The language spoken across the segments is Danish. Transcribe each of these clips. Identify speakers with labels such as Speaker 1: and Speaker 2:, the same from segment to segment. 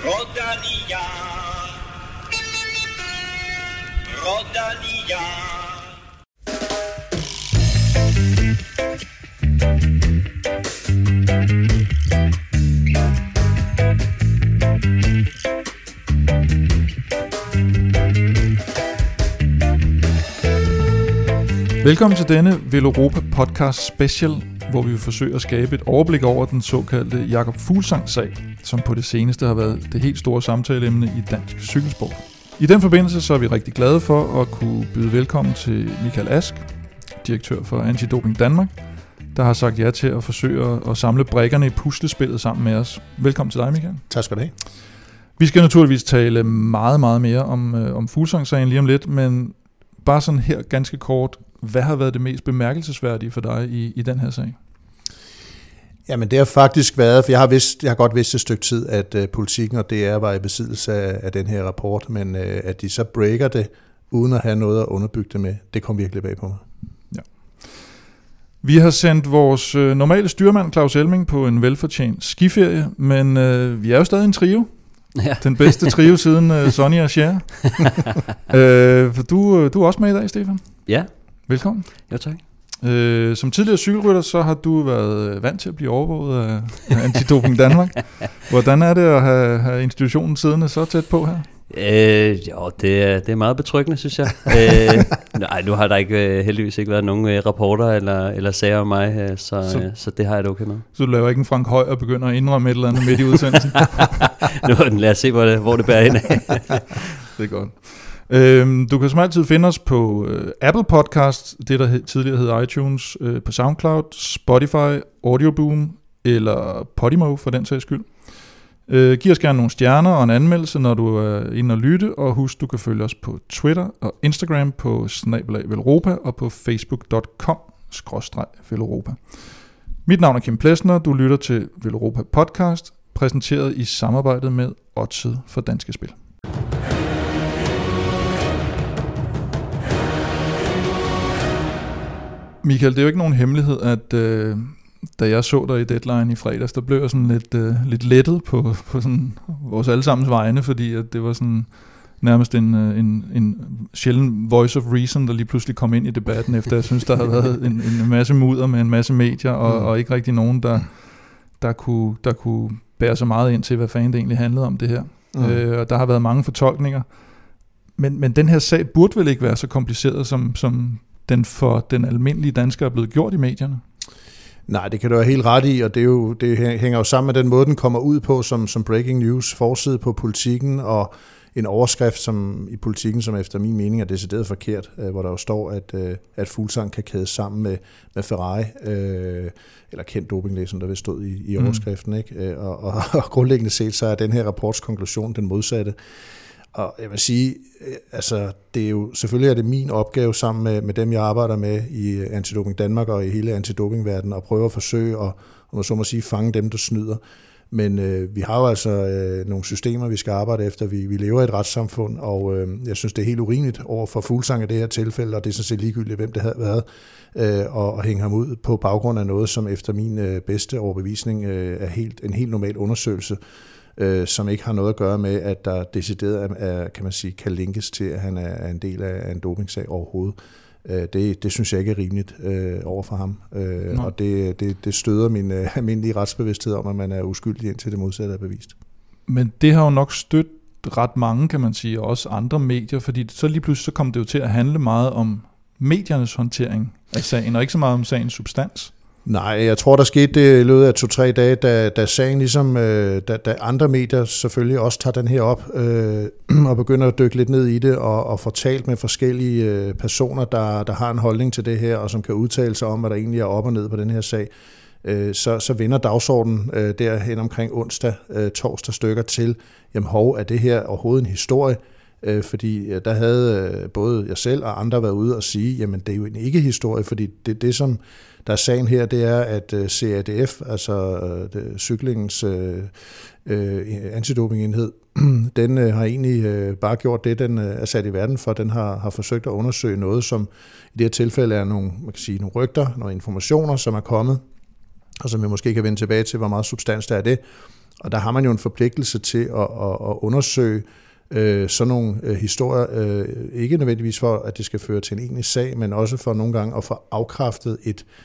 Speaker 1: Rodalia, Rodalia.
Speaker 2: Velkommen til denne Veloropa podcast special, hvor vi vil forsøge at skabe et overblik over den såkaldte Jakob Fuglsang-sag, som på det seneste har været det helt store samtaleemne i dansk cykelsport. I den forbindelse så er vi rigtig glade for at kunne byde velkommen til Michael Ask, direktør for Antidoping Danmark, der har sagt ja til at forsøge at samle brikkerne i puslespillet sammen med os. Velkommen til dig, Michael.
Speaker 3: Tak skal du have.
Speaker 2: Vi skal naturligvis tale meget, meget mere om Fuglsang-sagen lige om lidt, men bare sådan her ganske kort, hvad har været det mest bemærkelsesværdige for dig i den her sag?
Speaker 3: Jamen det har faktisk været, for jeg har godt vidst et stykke tid, at Politiken og DR var i besiddelse af den her rapport, men at de så breaker det, uden at have noget at underbygge det med, det kom virkelig bag på mig.
Speaker 2: Ja. Vi har sendt vores normale styrmand Claus Elming på en velfortjent skiferie, men vi er jo stadig en trio. Ja. Den bedste trio siden Sonny og Cher. For du er også med i dag, Stefan.
Speaker 4: Ja.
Speaker 2: Velkommen.
Speaker 4: Jo, tak.
Speaker 2: Som tidligere cykelrytter, så har du været vant til at blive overvåget af Antidoping Danmark. Hvordan er det at have institutionen siddende så tæt på her?
Speaker 4: Jo, det er meget betryggende, synes jeg. Nej, nu har der heldigvis ikke været nogen rapporter eller sager om mig, så det har jeg det okay med.
Speaker 2: Så du laver ikke en Frank Høj og begynder at indrømme et eller andet midt i udsendelsen?
Speaker 4: Nu lad os se, hvor det bærer hen af.
Speaker 2: Det er godt. Du kan som altid finde os på Apple Podcast, det der tidligere hed iTunes, på SoundCloud, Spotify, Audioboom eller Podimo for den sags skyld. Giv os gerne nogle stjerner og en anmeldelse, når du er inde og lytte, og husk, du kan følge os på Twitter og Instagram på @Veloropa og på facebook.com/Veloropa. Mit navn er Kim Plesner, du lytter til Veloropa Podcast, præsenteret i samarbejde med Odset for Danske Spil. Michael, det er jo ikke nogen hemmelighed, at da jeg så dig i Deadline i fredags, der blev jeg sådan lidt lettet på sådan vores allesammens vegne, fordi at det var sådan nærmest en sjælden voice of reason, der lige pludselig kom ind i debatten, efter jeg synes, der havde været en masse mudder med en masse medier, og ikke rigtig nogen, der kunne bære så meget ind til, hvad fanden det egentlig handlede om det her. Og der har været mange fortolkninger. Men den her sag burde vel ikke være så kompliceret, som den for den almindelige dansker er blevet gjort i medierne?
Speaker 3: Nej, det kan du have helt ret i, og det hænger jo sammen med den måde, den kommer ud på som breaking news, forside på Politiken, og en overskrift som i Politiken, som efter min mening er decideret forkert, hvor der jo står, at Fuglsang kan kædes sammen med Ferrari, eller kendt dopinglæge, som der vil stå i overskriften, ikke? Og grundlæggende set, så er den her rapports konklusion den modsatte. Og jeg vil sige, altså det er jo selvfølgelig er det min opgave sammen med dem, jeg arbejder med i Antidoping Danmark og i hele antidopingverdenen, at prøve at forsøge at, om man så må sige, fange dem, der snyder. Men vi har jo altså nogle systemer, vi skal arbejde efter. Vi lever i et retssamfund, og jeg synes, det er helt urimeligt over for Fuglsang i det her tilfælde, og det er sådan set ligegyldigt, hvem det havde været, at hænge ham ud på baggrund af noget, som efter min bedste overbevisning er en helt normal undersøgelse, som ikke har noget at gøre med, at der decideret kan man sige, kan linkes til, at han er en del af en dopingsag overhovedet. Det synes jeg ikke er rimeligt over for ham. Og det støder min almindelige retsbevidsthed om, at man er uskyldig indtil det modsatte er bevist.
Speaker 2: Men det har jo nok stødt ret mange, kan man sige, og også andre medier, fordi så lige pludselig så kom det jo til at handle meget om mediernes håndtering af sagen, og ikke så meget om sagens substans.
Speaker 3: Nej, jeg tror, der skete det i løbet af 2-3 dage, da sagen ligesom, da andre medier selvfølgelig også tager den her op og begynder at dykke lidt ned i det og får talt med forskellige personer, der har en holdning til det her, og som kan udtale sig om, hvad der egentlig er op og ned på den her sag, så vender dagsordenen derhen omkring onsdag, torsdag stykker til, jamen er det her overhovedet en historie? Fordi der havde både jeg selv og andre været ude og sige, jamen det er jo en ikke-historie, fordi det som der er sagen her, det er, at CADF, altså cyklingens antidopingenhed, den har egentlig bare gjort det, den er sat i verden for. Den har forsøgt at undersøge noget, som i det her tilfælde er nogle rygter, nogle informationer, som er kommet, og som vi måske kan vende tilbage til, hvor meget substans der er det. Og der har man jo en forpligtelse til at undersøge sådan nogle historier, ikke nødvendigvis for, at det skal føre til en egentlig sag, men også for nogle gange at få afkræftet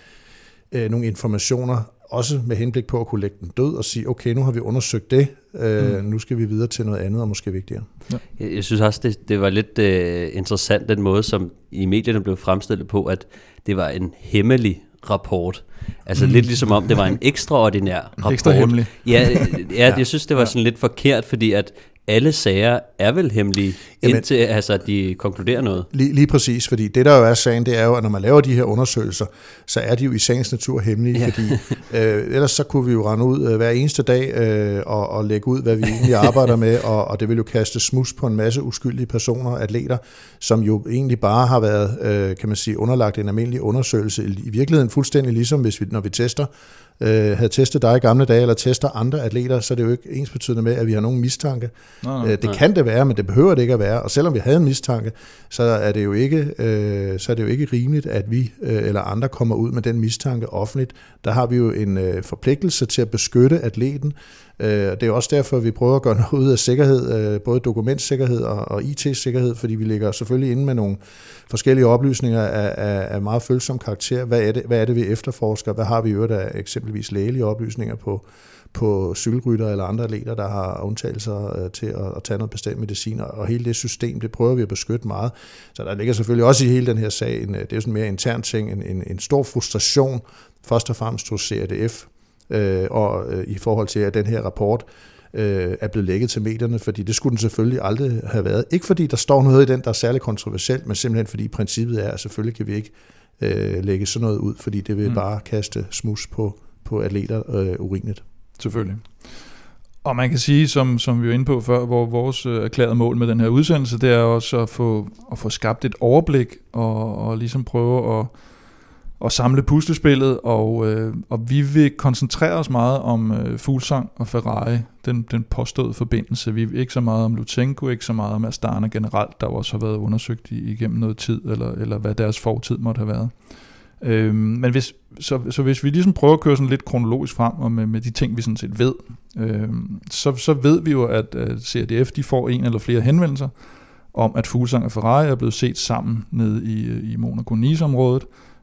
Speaker 3: nogle informationer, også med henblik på at kunne lægge den død og sige, okay, nu har vi undersøgt det, nu skal vi videre til noget andet og måske vigtigere.
Speaker 4: Ja. Jeg synes også, det var lidt interessant den måde, som i medierne blev fremstillet på, at det var en hemmelig rapport. Altså lidt ligesom om det var en ekstraordinær rapport.
Speaker 2: Ekstra hemmelig.
Speaker 4: Ja, jeg synes, det var sådan lidt forkert, fordi at alle sager er vel hemmelige, indtil de konkluderer noget.
Speaker 3: Lige præcis, fordi det der jo er sagen, det er jo, at når man laver de her undersøgelser, så er de jo i sagens natur hemmelige, fordi ellers så kunne vi jo rende ud hver eneste dag og lægge ud, hvad vi egentlig arbejder med, og det vil jo kaste smuds på en masse uskyldige personer, atleter, som jo egentlig bare har været, kan man sige, underlagt en almindelig undersøgelse. I virkeligheden fuldstændig ligesom, når vi tester, havde testet dig i gamle dage, eller tester andre atleter, så er det jo ikke ensbetydende med, at vi har nogen mistanke. Det kan det være, men det behøver det ikke at være. Og selvom vi havde en mistanke, så er det jo ikke, rimeligt, at vi eller andre kommer ud med den mistanke offentligt. Der har vi jo en forpligtelse til at beskytte atleten. Det er også derfor, vi prøver at gøre noget ud af sikkerhed, både dokumentsikkerhed og IT-sikkerhed, fordi vi ligger selvfølgelig inde med nogle forskellige oplysninger af meget følsom karakter. Hvad er det, vi efterforsker? Hvad har vi i øvrigt af eksempelvis lægelige oplysninger på cykelrytter eller andre atleter, der har undtagelser til at tage noget bestemt medicin, og hele det system, det prøver vi at beskytte meget. Så der ligger selvfølgelig også i hele den her sag, det er jo sådan mere intern ting, en stor frustration, først og fremmest hos CRDF, og i forhold til, at den her rapport er blevet lækket til medierne, fordi det skulle den selvfølgelig aldrig have været. Ikke fordi der står noget i den, der er særlig kontroversielt, men simpelthen fordi princippet er, at selvfølgelig kan vi ikke lægge sådan noget ud, fordi det vil bare kaste smuds på atleter urimeligt.
Speaker 2: Selvfølgelig. Og man kan sige, som vi var inde på før, hvor vores erklærede mål med den her udsendelse, det er også at få skabt et overblik og ligesom prøve at samle puslespillet, og vi vil koncentrere os meget om Fuglsang og Ferrari, den påståede forbindelse. Vi vil ikke så meget om Lutsenko, ikke så meget om Astana generelt, der også har været undersøgt igennem noget tid, eller hvad deres fortid måtte have været. Men hvis vi ligesom prøver at køre sådan lidt kronologisk frem, og med de ting, vi sådan set ved, så ved vi jo, at CRDF de får en eller flere henvendelser om, at Fuglsang og Ferrari er blevet set sammen nede i Monaco-Nice-området,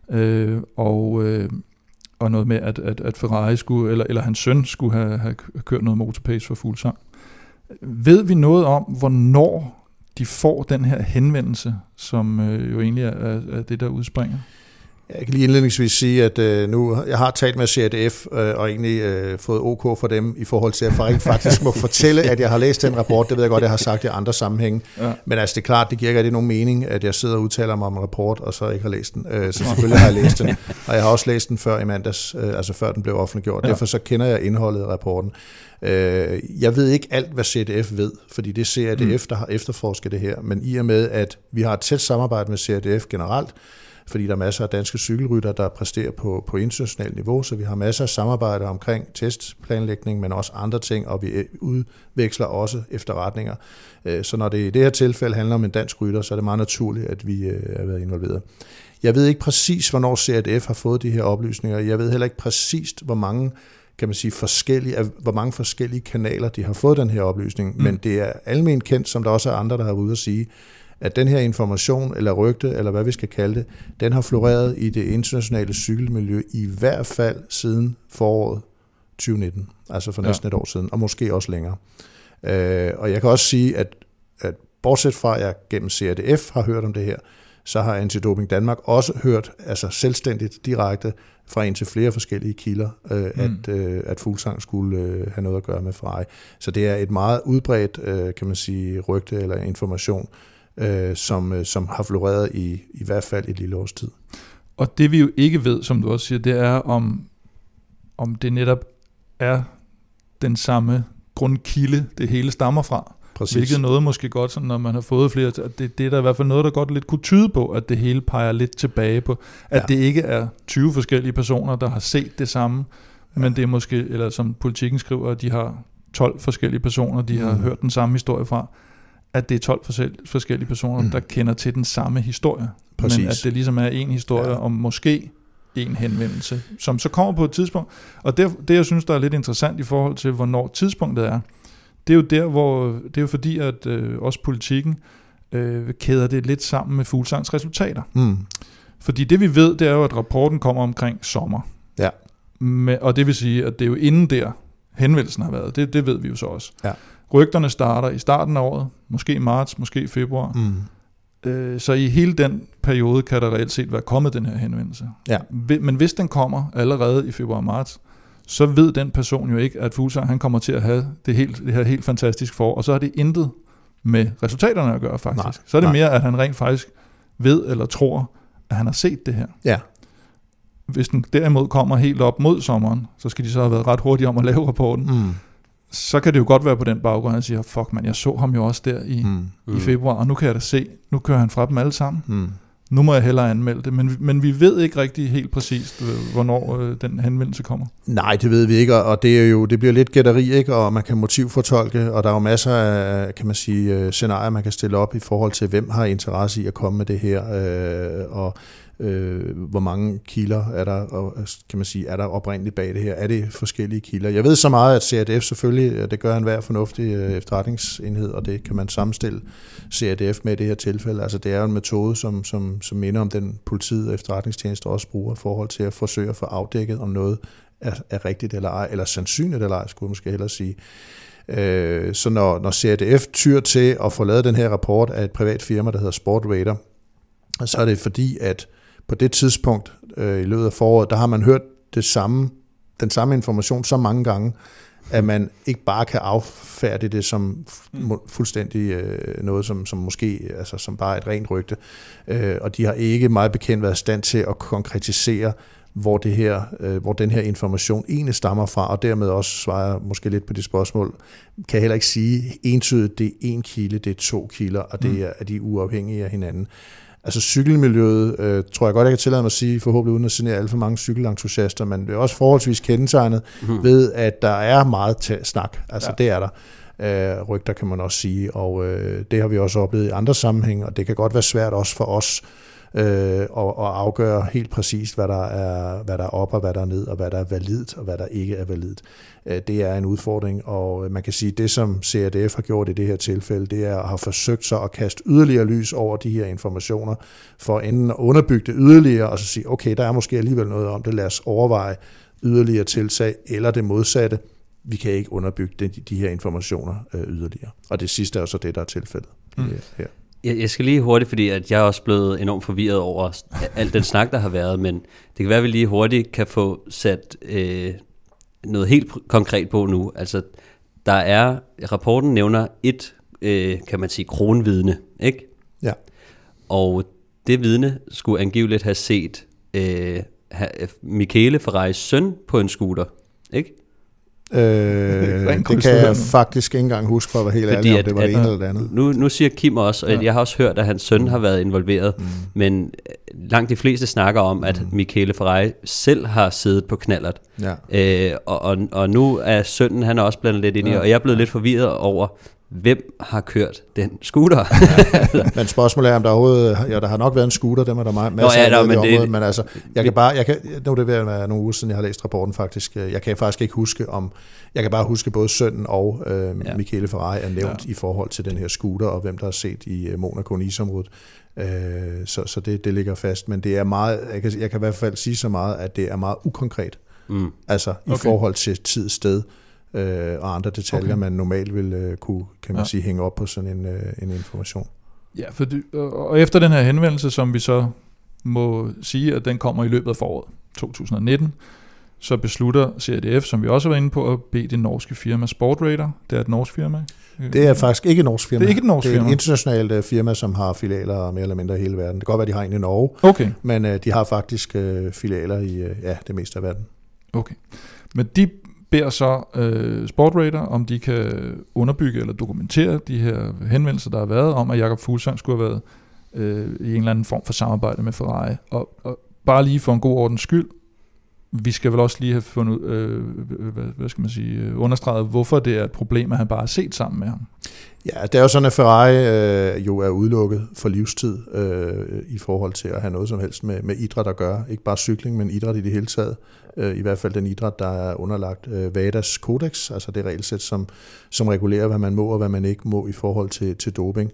Speaker 2: og noget med, at Ferrari skulle, eller hans søn skulle have kørt noget motorpace for Fuglsang. Ved vi noget om, hvornår de får den her henvendelse, som jo egentlig er det, der udspringer?
Speaker 3: Jeg kan lige indledningsvis sige, at nu jeg har talt med CRDF og egentlig fået OK for dem i forhold til, at jeg faktisk må fortælle, at jeg har læst den rapport. Det ved jeg godt, jeg har sagt i andre sammenhænge. Ja. Men altså, det er klart, det giver ikke rigtig nogen mening, at jeg sidder og udtaler mig om en rapport, og så ikke har læst den. Så selvfølgelig har jeg læst den. Og jeg har også læst den før i mandags, altså før den blev offentliggjort. Ja. Derfor så kender jeg indholdet af rapporten. Jeg ved ikke alt, hvad CRDF ved, fordi det er CRDF, der har efterforsket det her. Men i og med, at vi har et tæt samarbejde med CRDF generelt, fordi der er masser af danske cykelrytter, der præsterer på internationalt niveau, så vi har masser af samarbejde omkring testplanlægning, men også andre ting, og vi udveksler også efterretninger. Så når det i det her tilfælde handler om en dansk rytter, så er det meget naturligt, at vi er været involveret. Jeg ved ikke præcis, hvornår CRDF har fået de her oplysninger. Jeg ved heller ikke præcis, hvor mange forskellige kanaler, de har fået den her oplysning, men det er almen kendt, som der også er andre, der har været ude at sige, at den her information, eller rygte, eller hvad vi skal kalde det, den har floreret i det internationale cykelmiljø i hvert fald siden foråret 2019, altså for næsten et år siden, og måske også længere. Og jeg kan også sige, at bortset fra, at jeg gennem CRDF har hørt om det her, så har Antidoping Danmark også hørt, altså selvstændigt, direkte, fra en til flere forskellige kilder, at Fuglsang skulle have noget at gøre med Ferrari. Så det er et meget udbredt, kan man sige, rygte eller information, som har floreret i hvert fald et lille års tid.
Speaker 2: Og det vi jo ikke ved, som du også siger, det er om det netop er den samme grundkilde, det hele stammer fra. Præcis. Hvilket noget måske godt, sådan, når man har fået flere, det er der i hvert fald noget, der godt lidt kunne tyde på, at det hele peger lidt tilbage på, at det ikke er 20 forskellige personer, der har set det samme, men det er måske, eller som Politikken skriver, at de har 12 forskellige personer, de har hørt den samme historie fra, at det er 12 forskellige personer, der kender til den samme historie. Præcis. Men at det ligesom er en historie om måske en henvendelse, som så kommer på et tidspunkt. Og det jeg synes, der er lidt interessant i forhold til, hvornår tidspunktet er, det er jo der, hvor det er jo fordi, at også politikken kæder det lidt sammen med Fuglsangs resultater. Fordi det vi ved, det er jo, at rapporten kommer omkring sommer.
Speaker 3: Ja.
Speaker 2: Og det vil sige, at det er jo inden der henvendelsen har været. Det ved vi jo så også.
Speaker 3: Ja.
Speaker 2: Rygterne starter i starten af året, måske i marts, måske i februar. Så i hele den periode kan der reelt set være kommet den her henvendelse.
Speaker 3: Ja.
Speaker 2: Men hvis den kommer allerede i februar-marts, så ved den person jo ikke, at Fuglsang han kommer til at have det her helt fantastiske forår, og så har det intet med resultaterne at gøre faktisk.
Speaker 3: Nej.
Speaker 2: Så er det mere, at han rent faktisk ved eller tror, at han har set det her.
Speaker 3: Ja.
Speaker 2: Hvis den derimod kommer helt op mod sommeren, så skal de så have været ret hurtige om at lave rapporten. Så kan det jo godt være på den baggrund, at han siger, fuck man, jeg så ham jo også der i februar, og nu kan jeg da se, nu kører han fra dem alle sammen. Nu må jeg hellere anmelde det, men vi ved ikke rigtig helt præcist, hvornår den henvendelse kommer.
Speaker 3: Nej, det ved vi ikke, og det bliver lidt gætteri, ikke? Og man kan motivfortolke, og der er jo masser af, kan man sige, scenarier, man kan stille op i forhold til, hvem har interesse i at komme med det her, og hvor mange kilder er der, og kan man sige, er der oprindeligt bag det her? Er det forskellige kilder? Jeg ved så meget, at CRDF selvfølgelig, det gør enhver fornuftig efterretningsenhed, og det kan man sammenstille CRDF med i det her tilfælde. Altså det er jo en metode, som minder om den politiet og efterretningstjeneste også bruger i forhold til at forsøge at få afdækket, om noget er rigtigt eller ej, eller sandsynligt eller ej, skulle jeg måske hellere sige. Så når CRDF tyr til at få lavet den her rapport af et privat firma, der hedder Sportradar, så er det fordi, at på det tidspunkt i løbet af foråret, der har man hørt den samme information så mange gange, at man ikke bare kan affærdige det som fuldstændig noget, som måske, altså som bare et rent rygte. Og de har ikke meget bekendt været i stand til at konkretisere, hvor den her information egentlig stammer fra, og dermed også svarer måske lidt på de spørgsmål. Kan heller ikke sige entydigt, det er 1 kilde, det er 2 kilder, og det er de uafhængige af hinanden. Altså cykelmiljøet, tror jeg godt, jeg kan tillade mig at sige, forhåbentlig uden at genere alt for mange cykelentusiaster, men det er også forholdsvis kendetegnet ved, at der er meget snak. Altså det er der. Rygter kan man også sige, og det har vi også oplevet i andre sammenhænge, og det kan godt være svært også for os at afgøre helt præcist, hvad der er op og hvad der er ned, og hvad der er validt og hvad der ikke er validt. Det er en udfordring, og man kan sige, at det som CRDF har gjort i det her tilfælde, det er at have forsøgt så at kaste yderligere lys over de her informationer, for enten at underbygge det yderligere, og så sige, okay, der er måske alligevel noget om det, lad os overveje yderligere tiltag, eller det modsatte, vi kan ikke underbygge de her informationer yderligere. Og det sidste er jo så det, der er tilfældet her.
Speaker 4: Jeg skal lige hurtigt, fordi at jeg er også blevet enormt forvirret over al den snak, der har været, men det kan være, at vi lige hurtigt kan få sat noget helt konkret på nu. Altså, rapporten nævner et, kan man sige, kronvidne, ikke? Ja. Og det vidne skulle angiveligt have set Michele Ferraris søn på en scooter, ikke?
Speaker 3: Det kan jeg faktisk ikke engang huske, for at være helt ærlig, om det var det ene eller det andet.
Speaker 4: Nu siger Kim også, og jeg har også hørt, at hans søn har været involveret, men langt de fleste snakker om, at Michele Ferrari selv har siddet på knallert. Ja. Og nu er sønnen, han er også blandet lidt ind i, og jeg er blevet lidt forvirret over, hvem har kørt den scooter?
Speaker 3: Men spørgsmålet er, om der overhovedet... Ja, der har nok været en scooter, dem er der masser af i området, men altså, nu er det ved at være nogle uger siden, jeg har læst rapporten faktisk. Jeg kan faktisk ikke huske om... Jeg kan bare huske, både sønnen og Michele Ferrari er nævnt i forhold til den her scooter, og hvem der har set i Monaco Nice-området. Så det ligger fast, men det er meget... Jeg kan i hvert fald sige så meget, at det er meget ukonkret. Altså, i forhold til tid, sted, og andre detaljer, man normalt vil kunne, kan man sige, hænge op på sådan en information.
Speaker 2: Ja, og efter den her henvendelse, som vi så må sige, at den kommer i løbet af foråret 2019, så beslutter CRDF, som vi også var inde på, at bede det norske firma Sportradar. Det er et norsk firma.
Speaker 3: Det er faktisk ikke et norsk firma.
Speaker 2: Det er ikke et norsk firma.
Speaker 3: Det er et internationalt firma, som har filialer mere eller mindre i hele verden. Det kan godt være, de har en i Norge, men de har faktisk filialer i det meste af verden. Okay. Men de beder så Sportradar, om de kan underbygge eller dokumentere de her henvendelser, der har været, om at Jakob Fuglsang skulle have været i en eller anden form for samarbejde med Ferrari. Og bare lige for en god ordens skyld,
Speaker 2: vi skal vel også lige have fundet hvad skal man sige, understreget, hvorfor det er et problem, at han bare er set sammen med ham.
Speaker 3: Ja, det er jo sådan, at Ferrari jo er udelukket for livstid i forhold til at have noget som helst med idræt at gøre. Ikke bare cykling, men idræt i det hele taget. I hvert fald den idræt, der er underlagt WADA's kodex, altså det regelsæt, som regulerer, hvad man må og hvad man ikke må i forhold til doping.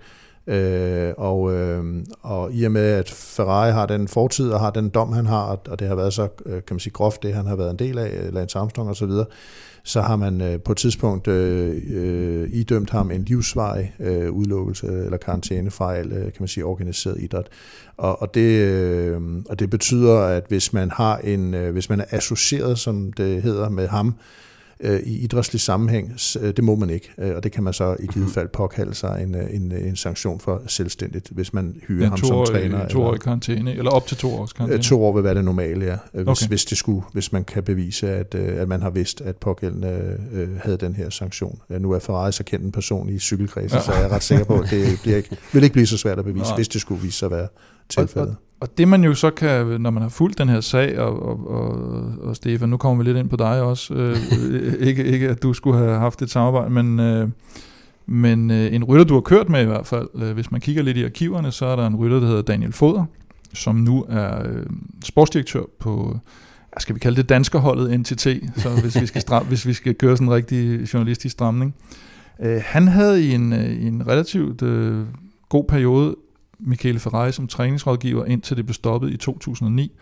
Speaker 3: Og i og med, at Ferrari har den fortid og har den dom, han har, og det har været så, kan man sige, groft, det han har været en del af, Lance Armstrong og så videre, så har man på et tidspunkt idømt ham en livsvarig udelukkelse eller karantæne fra al, kan man sige, organiseret idræt. Og det betyder, at hvis man hvis man er associeret, som det hedder, med ham i idrætslig sammenhæng, det må man ikke, og det kan man så i givet fald påkalde sig en sanktion for selvstændigt, hvis man hyrer ham som træner.
Speaker 2: 2 år i karantæne, eller op til 2 års karantæne?
Speaker 3: 2 år vil være det normale, ja. Hvis man kan bevise, at man har vidst, at pågældende havde den her sanktion. Nu er Ferrari så kendt en person i cykelkredsen, så jeg er ret sikker på, at det vil ikke blive så svært at bevise, hvis det skulle vise sig at være tilfældet.
Speaker 2: Og det man jo så kan, når man har fulgt den her sag, og Stefan, nu kommer vi lidt ind på dig også, ikke at du skulle have haft et samarbejde, men en rytter, du har kørt med i hvert fald, hvis man kigger lidt i arkiverne, så er der en rytter, der hedder Daniel Foder, som nu er sportsdirektør på, skal vi kalde det danskerholdet NTT, så hvis vi skal køre sådan en rigtig journalistisk stramning. Han havde i en relativt god periode Michele Ferrari som træningsrådgiver, indtil det blev stoppet i 2009.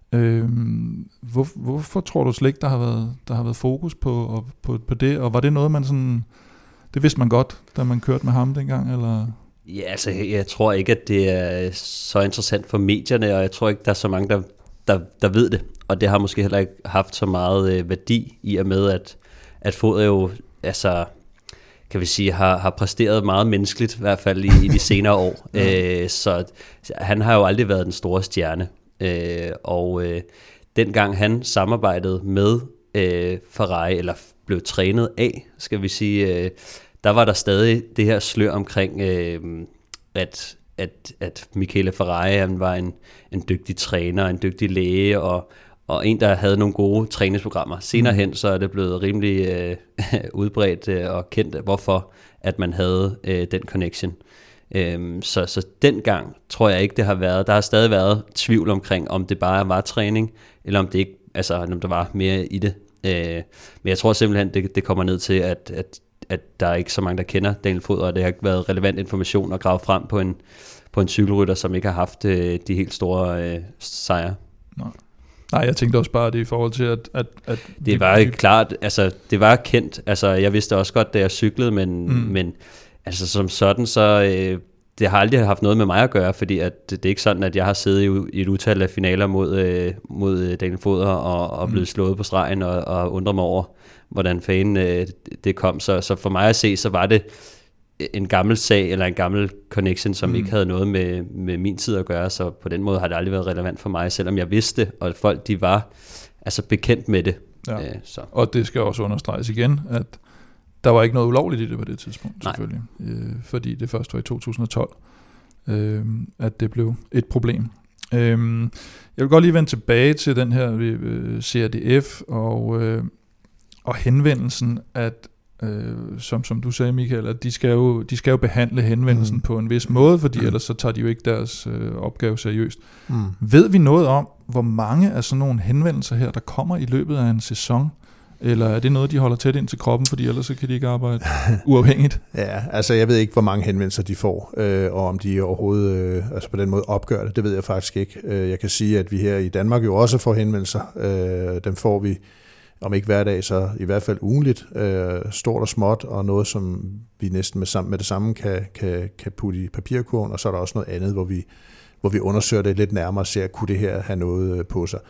Speaker 2: Hvorfor tror du slet ikke, der har været fokus på det, og var det noget, man sådan, det vidste man godt, da man kørte med ham dengang, eller?
Speaker 4: Ja, altså jeg tror ikke, at det er så interessant for medierne, og jeg tror ikke, der er så mange, der ved det, og det har måske heller ikke haft så meget værdi, i og med, at Foder jo, altså, kan vi sige, har præsteret meget menneskeligt, i hvert fald i de senere år. Så han har jo aldrig været den store stjerne. Dengang han samarbejdede med Ferrari, eller blev trænet af, skal vi sige, der var der stadig det her slør omkring, at Michele Ferrari, han var en dygtig træner, en dygtig læge, og en, der havde nogle gode træningsprogrammer. Senere hen, så er det blevet rimelig udbredt og kendt, hvorfor at man havde den connection. Så dengang tror jeg ikke, det har været. Der har stadig været tvivl omkring, om det bare var træning, eller om det ikke, altså om der var mere i det. Men jeg tror simpelthen, det kommer ned til, at der er ikke så mange, der kender Daniel Foder, og det har ikke været relevant information at grave frem på en cykelrytter, som ikke har haft de helt store sejre.
Speaker 2: Nej, jeg tænkte også bare det i forhold til, at
Speaker 4: det var ikke klart, altså det var kendt, altså jeg vidste også godt, da jeg cyklede, men altså som sådan, så det har aldrig haft noget med mig at gøre, fordi at det er ikke sådan, at jeg har siddet i et utal af finaler mod Daniel Foder og blevet slået på stregen og undret mig over, hvordan fanden det kom. Så for mig at se, så var det en gammel sag eller en gammel connection, som ikke havde noget med min tid at gøre, så på den måde har det aldrig været relevant for mig, selvom jeg vidste, og folk de var altså bekendt med det.
Speaker 2: Ja. Så. Og det skal også understreges igen, at der var ikke noget ulovligt i det på det tidspunkt, selvfølgelig, fordi det først var i 2012, at det blev et problem. Jeg vil godt lige vende tilbage til den her CRDF og henvendelsen, at som du sagde, Michael, at de skal jo behandle henvendelsen på en vis måde, fordi ellers så tager de jo ikke deres opgave seriøst. Ved vi noget om, hvor mange af sådan nogle henvendelser her, der kommer i løbet af en sæson? Eller er det noget, de holder tæt ind til kroppen, fordi ellers så kan de ikke arbejde uafhængigt?
Speaker 3: Ja, altså jeg ved ikke, hvor mange henvendelser de får, og om de overhovedet altså på den måde opgør det. Det ved jeg faktisk ikke. Jeg kan sige, at vi her i Danmark jo også får henvendelser. Dem får vi, om ikke hver dag, så i hvert fald ugenligt, stort og småt, og noget, som vi næsten med det samme kan putte i papirkurven, og så er der også noget andet, hvor vi undersøger det lidt nærmere og ser, kunne det her have noget på sig.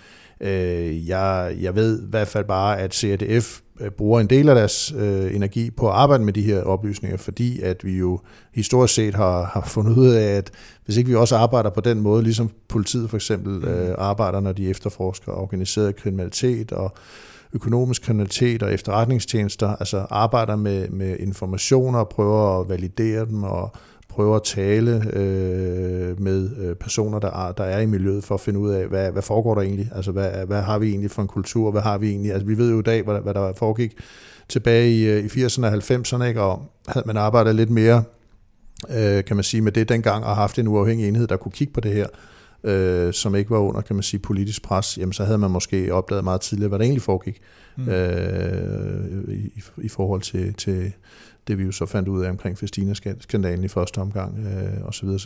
Speaker 3: Jeg ved i hvert fald bare, at CRDF bruger en del af deres energi på at arbejde med de her oplysninger, fordi at vi jo historisk set har fundet ud af, at hvis ikke vi også arbejder på den måde, ligesom politiet for eksempel arbejder, når de efterforsker organiseret kriminalitet og økonomisk kriminalitet og efterretningstjenester, altså arbejder med informationer og prøver at validere dem og prøver at tale med personer, der er i miljøet, for at finde ud af, hvad foregår der egentlig? Altså, hvad har vi egentlig for en kultur? Hvad har vi egentlig? Altså, vi ved jo i dag, hvad der foregik tilbage i 80'erne og 90'erne, ikke? Og havde man arbejdet lidt mere, kan man sige, med det dengang, og haft en uafhængig enhed, der kunne kigge på det her, som ikke var under, kan man sige, politisk pres, jamen så havde man måske opdaget meget tidligere, hvad der egentlig foregik i forhold til det, vi jo så fandt ud af omkring Festina-skandalen i første omgang, osv. osv.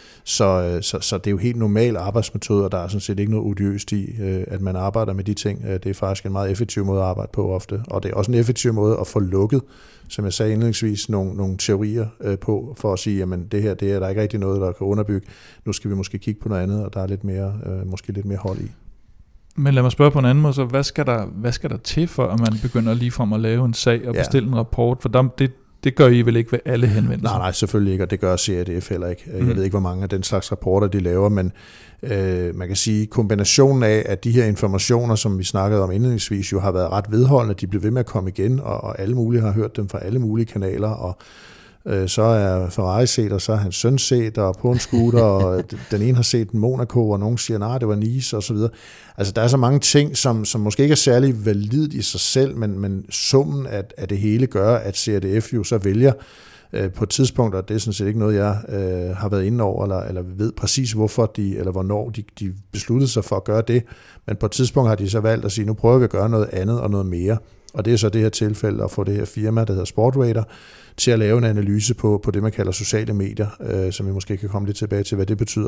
Speaker 3: Så det er jo helt normal arbejdsmetode, og der er sådan set ikke noget odiøst i, at man arbejder med de ting. Det er faktisk en meget effektiv måde at arbejde på ofte, og det er også en effektiv måde at få lukket, som jeg sagde indledningsvis, nogle teorier på, for at sige, jamen det her, det er der ikke rigtig noget, der kan underbygge. Nu skal vi måske kigge på noget andet, og der er lidt mere, måske lidt mere hold i.
Speaker 2: Men lad mig spørge på en anden måde, så hvad skal der til, for at man begynder ligefrem at lave en sag og bestille en rapport? For det gør I vel ikke ved alle henvendelser?
Speaker 3: Nej, selvfølgelig ikke, og det gør CADF heller ikke. Jeg ved ikke, hvor mange af den slags rapporter, de laver, men man kan sige, kombinationen af, at de her informationer, som vi snakkede om indledningsvis, jo har været ret vedholdende, de bliver ved med at komme igen, og alle mulige har hørt dem fra alle mulige kanaler, og så er Ferrari set, og så er hans søn set, og på en scooter, og den ene har set en Monaco, og nogen siger, nej, det var Nice, og så videre. Altså, der er så mange ting, som måske ikke er særlig validt i sig selv, men summen af det hele gør, at CADF jo så vælger på et tidspunkt, og det er sådan set ikke noget, jeg har været inde over, eller ved præcis hvorfor eller hvornår de besluttede sig for at gøre det, men på et tidspunkt har de så valgt at sige, nu prøver vi at gøre noget andet og noget mere, og det er så det her tilfælde at få det her firma, der hedder Sportradar, til at lave en analyse på det, man kalder sociale medier, som vi måske kan komme lidt tilbage til, hvad det betyder.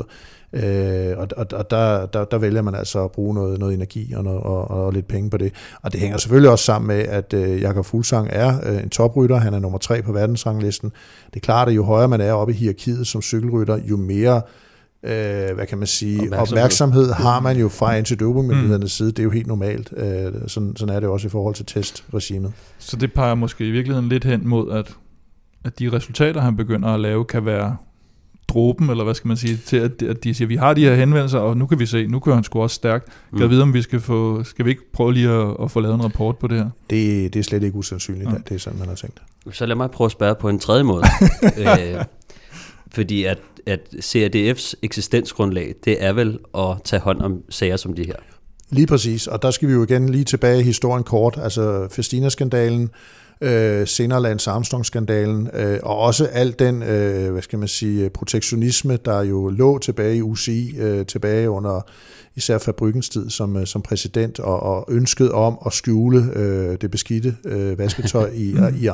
Speaker 3: Og der vælger man altså at bruge noget energi og lidt penge på det. Og det hænger selvfølgelig også sammen med, at Jakob Fuglsang er en toprytter. Han er nummer 3 på verdensranglisten. Det er klart, at jo højere man er oppe i hierarkiet som cykelrytter, jo mere hvad kan man sige, opmærksomhed har man jo fra antidopingmyndighedernes side. Det er jo helt normalt. Sådan er det også i forhold til testregimet.
Speaker 2: Så det peger måske i virkeligheden lidt hen mod, at de resultater, han begynder at lave, kan være dråben, eller hvad skal man sige, til at de siger, vi har de her henvendelser, og nu kan vi se, nu kører han sgu også stærkt. Kan jeg vide, om skal vi ikke prøve lige at få lavet en rapport på det her?
Speaker 3: Det er slet ikke usandsynligt, at det er sådan, man har tænkt.
Speaker 4: Så lad mig prøve at spørge på en tredje måde. Fordi at CADF's eksistensgrundlag, det er vel at tage hånd om sager som de her.
Speaker 3: Lige præcis, og der skal vi jo igen lige tilbage i historien kort, altså Festina-skandalen, senere Lance Armstrong-skandalen, og også al den, hvad skal man sige, protektionisme, der jo lå tilbage i UCI, tilbage under især Fabryggens tid som præsident, og ønsket om at skjule det beskidte vasketøj i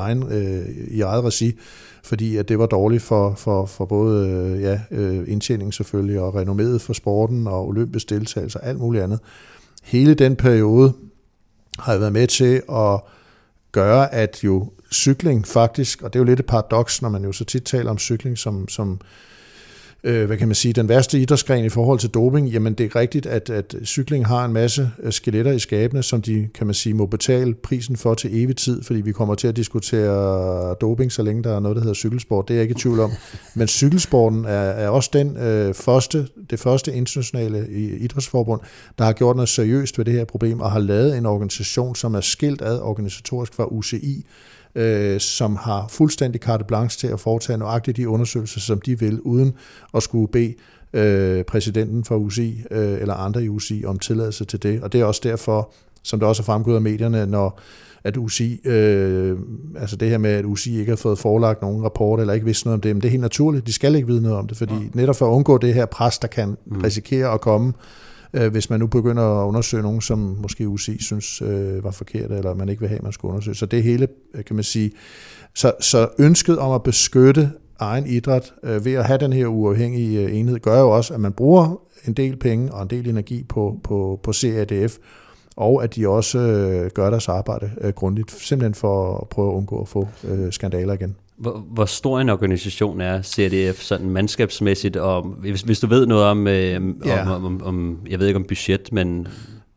Speaker 3: eget regi, fordi at det var dårligt for både indtjening selvfølgelig, og renomméet for sporten, og olympisk deltagelse og alt muligt andet. Hele den periode har jeg været med til at gøre, at jo cykling faktisk, og det er jo lidt et paradoks, når man jo så tit taler om cykling som hvad kan man sige, den værste idrætsgren i forhold til doping, jamen det er rigtigt, at cykling har en masse skeletter i skabene, som de, kan man sige, må betale prisen for til evig tid, fordi vi kommer til at diskutere doping, så længe der er noget, der hedder cykelsport. Det er jeg ikke i tvivl om. Men cykelsporten er også det første internationale idrætsforbund, der har gjort noget seriøst ved det her problem, og har lavet en organisation, som er skilt ad organisatorisk fra UCI, som har fuldstændig carte blanche til at foretage nøjagtigt de undersøgelser, som de vil, uden at skulle bede præsidenten for UCI eller andre i UCI om tilladelse til det. Og det er også derfor, som det også er fremgået af medierne, når at UCI, altså det her med, at UCI ikke har fået forelagt nogen rapport, eller ikke vidst noget om det, men det er helt naturligt. De skal ikke vide noget om det, fordi netop for at undgå det her pres, der kan risikere at komme, hvis man nu begynder at undersøge nogen, som måske UCI synes var forkert, eller man ikke vil have, man skulle undersøge. Så det hele, kan man sige, så ønsket om at beskytte egen idræt ved at have den her uafhængige enhed, gør jo også, at man bruger en del penge og en del energi på CADF, og at de også gør deres arbejde grundigt, simpelthen for at prøve at undgå at få skandaler igen.
Speaker 4: Hvor stor en organisation er CADF sådan mandskabsmæssigt, og hvis du ved noget om, jeg ved ikke om budget, men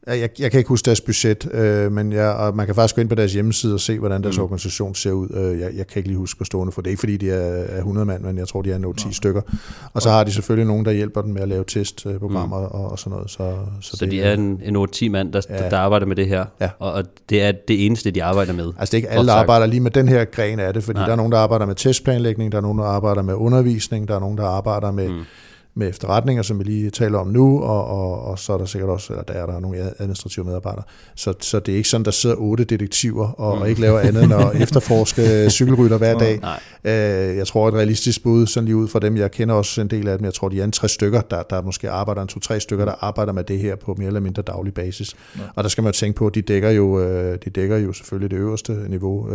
Speaker 3: Jeg kan ikke huske deres budget, men man kan faktisk gå ind på deres hjemmeside og se, hvordan deres organisation ser ud. Jeg kan ikke lige huske på stående, for det er ikke fordi, de er 100 mand, men jeg tror, de er 10 stykker. Og så har de selvfølgelig nogen, der hjælper dem med at lave testprogrammer og sådan noget.
Speaker 4: Så de er en 8-10 mand, der arbejder med det her, og det er det eneste, de arbejder med?
Speaker 3: Altså det er ikke alle, der arbejder lige med den her gren af det, fordi der er nogen, der arbejder med testplanlægning, der er nogen, der arbejder med undervisning, der er nogen, der arbejder med efterretninger, som vi lige taler om nu, og så er der sikkert også, eller der er nogle administrative medarbejdere. Så det er ikke sådan, der sidder 8 detektiver og ikke laver andet end at efterforske cykelrytter hver dag. Jeg tror, et realistisk bud, sådan lige ud fra dem, jeg kender også en del af dem, jeg tror, de er 3 stykker, der måske arbejder, 2-3 stykker, der arbejder med det her på mere eller mindre daglig basis. Og der skal man jo tænke på, at de dækker jo selvfølgelig det øverste niveau,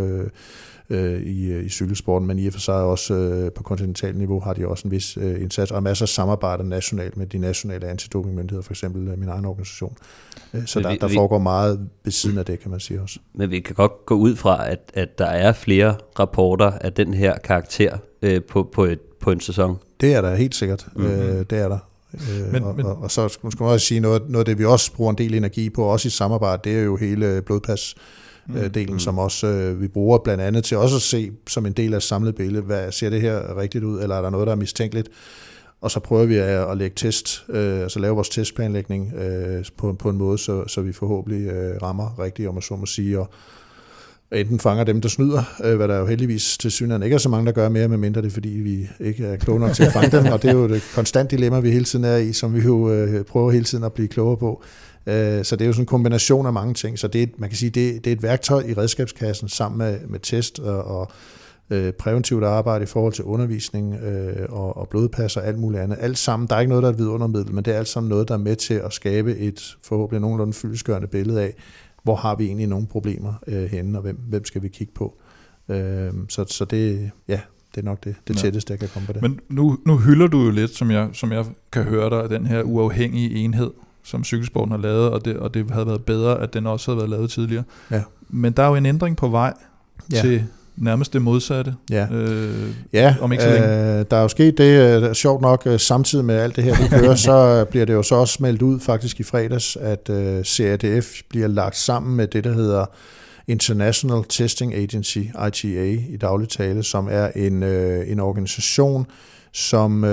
Speaker 3: i cykelsporten, men i og for sig også på kontinentalt niveau har de også en vis indsats, og masser af samarbejde nationalt med de nationale antidopingmyndigheder, for eksempel min egen organisation. Så der foregår meget ved siden af det, kan man sige også.
Speaker 4: Men vi kan godt gå ud fra, at der er flere rapporter af den her karakter på en sæson.
Speaker 3: Det er der helt sikkert. Det er der. Og så skal man også sige, noget af det, vi også bruger en del energi på, også i samarbejde, det er jo hele blodpas delen, som også vi bruger blandt andet til også at se som en del af et samlet billede, hvad ser det her rigtigt ud, eller er der noget, der er mistænkeligt, og så prøver vi at lægge altså lave vores testplanlægning på en måde, så vi forhåbentlig rammer rigtigt, om man så må sige, og enten fanger dem, der snyder, hvad der jo heldigvis til synligheden ikke er så mange, der gør mere, medmindre det er, fordi vi ikke er kloge nok til at fange dem, og det er jo det konstant dilemma, vi hele tiden er i, som vi jo prøver hele tiden at blive klogere på. Så det er jo sådan en kombination af mange ting, så man kan sige, det er et værktøj i redskabskassen sammen med test og præventivt arbejde i forhold til undervisning og blodpas og alt muligt andet. Alt sammen, der er ikke noget, der er et vidundermiddel, men det er alt sammen noget, der er med til at skabe et forhåbentlig nogenlunde fyldestgørende billede af, hvor har vi egentlig nogle problemer henne, og hvem skal vi kigge på. Så det, det er nok det tætteste, jeg kan komme på det.
Speaker 2: Men nu hylder du jo lidt, som jeg kan høre dig, den her uafhængige enhed, som cykelsporten har lavet, og det havde været bedre, at den også havde været lavet tidligere. Ja. Men der er jo en ændring på vej til nærmest det modsatte. Om ikke så længe.
Speaker 3: Der er jo sket det, sjovt nok, samtidig med alt det her, vi kører, så bliver det jo så også meldt ud faktisk i fredags, at CADF bliver lagt sammen med det, der hedder International Testing Agency, ITA i daglig tale, som er en organisation, som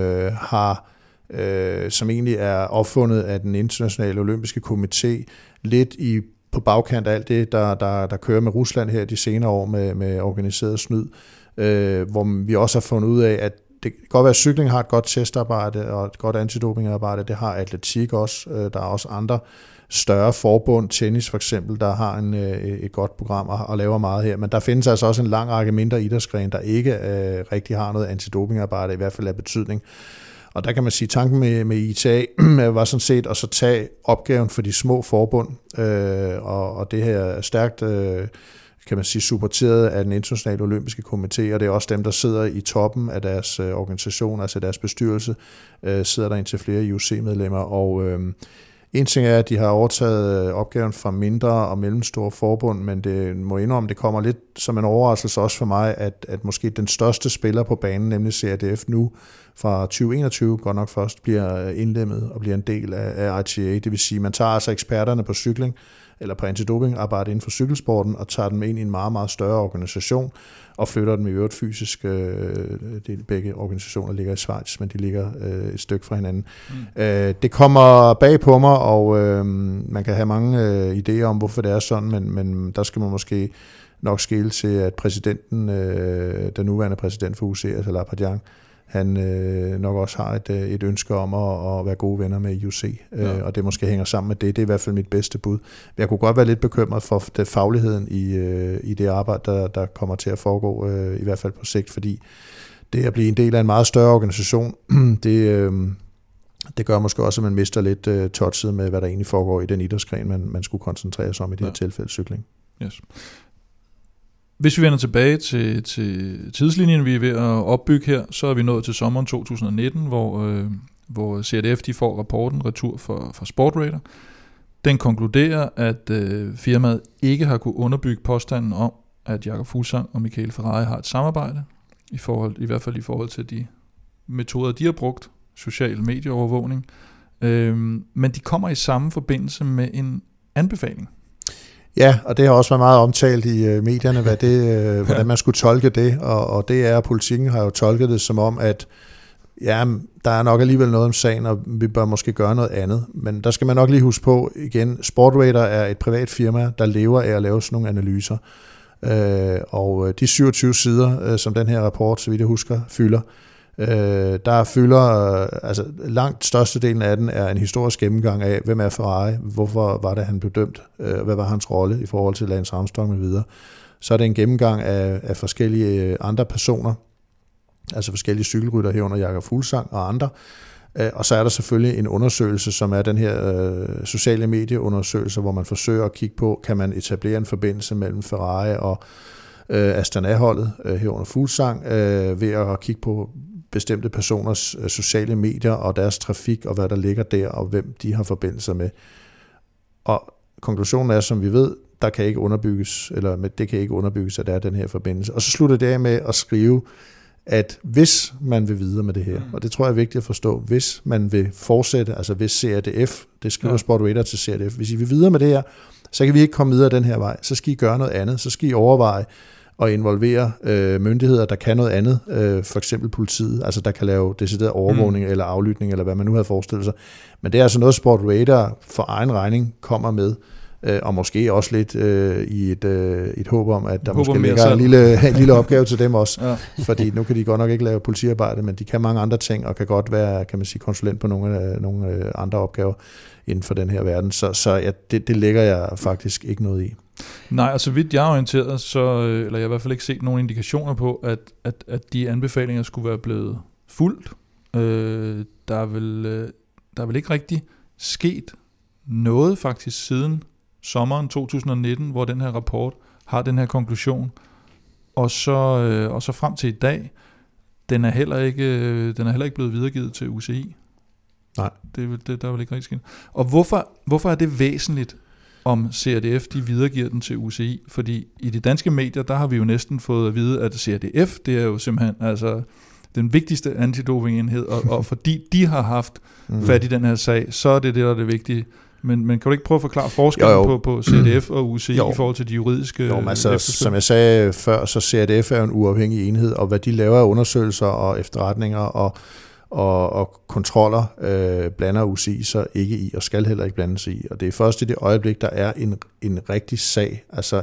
Speaker 3: som egentlig er opfundet af den internationale olympiske komité, lidt på bagkant af alt det, der kører med Rusland her de senere år med organiseret snyd, hvor vi også har fundet ud af, at det kan godt være, at cykling har et godt testarbejde og et godt antidopingarbejde, det har atletik også, der er også andre større forbund, tennis for eksempel, der har et godt program og laver meget her, men der findes altså også en lang række mindre idrætsgrene, der ikke rigtig har noget antidopingarbejde, i hvert fald af betydning. Og der kan man sige, at tanken med ITA var sådan set at så tage opgaven for de små forbund, og det her er stærkt, kan man sige, supporteret af den internationale olympiske komité, og det er også dem, der sidder i toppen af deres organisation, altså deres bestyrelse, sidder der indtil flere IOC-medlemmer, og en ting er, at de har overtaget opgaven fra mindre og mellemstore forbund, men det må indrømme, det kommer lidt som en overraskelse også for mig, at måske den største spiller på banen, nemlig CADF nu fra 2021, godt nok først bliver indlemmet og bliver en del af ITA. Det vil sige, at man tager altså eksperterne på cykling, eller på antidopingarbejde inden for cykelsporten, og tager dem ind i en meget, meget større organisation, og flytter dem i øvrigt fysisk. Begge organisationer ligger i Schweiz, men de ligger et stykke fra hinanden. Det kommer bag på mig, og man kan have mange idéer om, hvorfor det er sådan, men der skal man måske nok skele til, at præsidenten, den nuværende præsident for UCI, altså Lapardjan, han nok også har et ønske om at være gode venner med IOC, og det måske hænger sammen med det. Det er i hvert fald mit bedste bud. Jeg kunne godt være lidt bekymret for det fagligheden i det arbejde, der kommer til at foregå, i hvert fald på sigt, fordi det at blive en del af en meget større organisation, det gør måske også, at man mister lidt touchet med, hvad der egentlig foregår i den idrætsgren, man skulle koncentrere sig om i det her tilfælde cykling.
Speaker 2: Yes. Hvis vi vender tilbage til tidslinjen, vi er ved at opbygge her, så er vi nået til sommeren 2019, hvor CADF de får rapporten retur fra Sportradar. Den konkluderer, at firmaet ikke har kunne underbygge påstanden om, at Jakob Fuglsang og Michael Ferrari har et samarbejde, i hvert fald i forhold til de metoder, de har brugt, social medieovervågning, Men de kommer i samme forbindelse med en anbefaling.
Speaker 3: Ja, og det har også været meget omtalt i medierne, hvordan man skulle tolke det, og det er, Politikken har jo tolket det som om, at ja, der er nok alligevel noget om sagen, og vi bør måske gøre noget andet. Men der skal man nok lige huske på igen, Sportradar er et privat firma, der lever af at lave sådan nogle analyser. Og de 27 sider, som den her rapport, så vidt jeg husker, fylder, der fylder, altså langt størstedelen af den er en historisk gennemgang af, hvem er Ferrari, hvorfor var det, han blev dømt, hvad var hans rolle i forhold til Lance Armstrong med videre. Så er det en gennemgang af forskellige andre personer, altså forskellige cykelrytter herunder Jakob Fuglsang og andre. Og så er der selvfølgelig en undersøgelse, som er den her sociale medieundersøgelse, hvor man forsøger at kigge på, kan man etablere en forbindelse mellem Ferrari og Astana-holdet herunder Fuglsang, ved at kigge på bestemte personers sociale medier og deres trafik, og hvad der ligger der, og hvem de har forbindelser med. Og konklusionen er, som vi ved, der kan ikke underbygges, eller det kan ikke underbygges, at der er den her forbindelse. Og så slutter det af med at skrive, at hvis man vil videre med det her, og det tror jeg er vigtigt at forstå, hvis man vil fortsætte, altså hvis CRDF, det skriver Sportradar til CRDF, hvis I vil videre med det her, så kan vi ikke komme videre den her vej, så skal I gøre noget andet, så skal I overveje at involvere myndigheder, der kan noget andet, for eksempel politiet, altså der kan lave decideret overvågning eller aflytning, eller hvad man nu havde forestillet sig. Men det er altså noget, Sportradar for egen regning kommer med, og måske også lidt i et håb om, at der måske ligger en lille opgave til dem også, fordi nu kan de godt nok ikke lave politiarbejde, men de kan mange andre ting, og kan godt være, kan man sige, konsulent på nogle andre opgaver inden for den her verden. Så ja, det lægger jeg faktisk ikke noget i.
Speaker 2: Nej, og så vidt jeg er orienteret, eller jeg har i hvert fald ikke set nogen indikationer på, at de anbefalinger skulle være blevet fulgt. Der er vel ikke rigtig sket noget faktisk siden sommeren 2019, hvor den her rapport har den her konklusion, og så frem til i dag, den er heller ikke blevet videregivet til UCI.
Speaker 3: Nej.
Speaker 2: Der er vel ikke rigtig sket. Og hvorfor er det væsentligt, om CRDF de videregiver den til UCI? Fordi i de danske medier, der har vi jo næsten fået at vide, at CRDF, det er jo simpelthen altså den vigtigste antidopingenhed, og fordi de har haft fat i den her sag, så er det der er det vigtige. Men kan du ikke prøve at forklare forskellen på CRDF og UCI i forhold til de juridiske
Speaker 3: som jeg sagde før, så CRDF er en uafhængig enhed, og hvad de laver af undersøgelser og efterretninger og kontroller, blander UCI så ikke i, og skal heller ikke blande sig i. Og det er først i det øjeblik, der er en rigtig sag, altså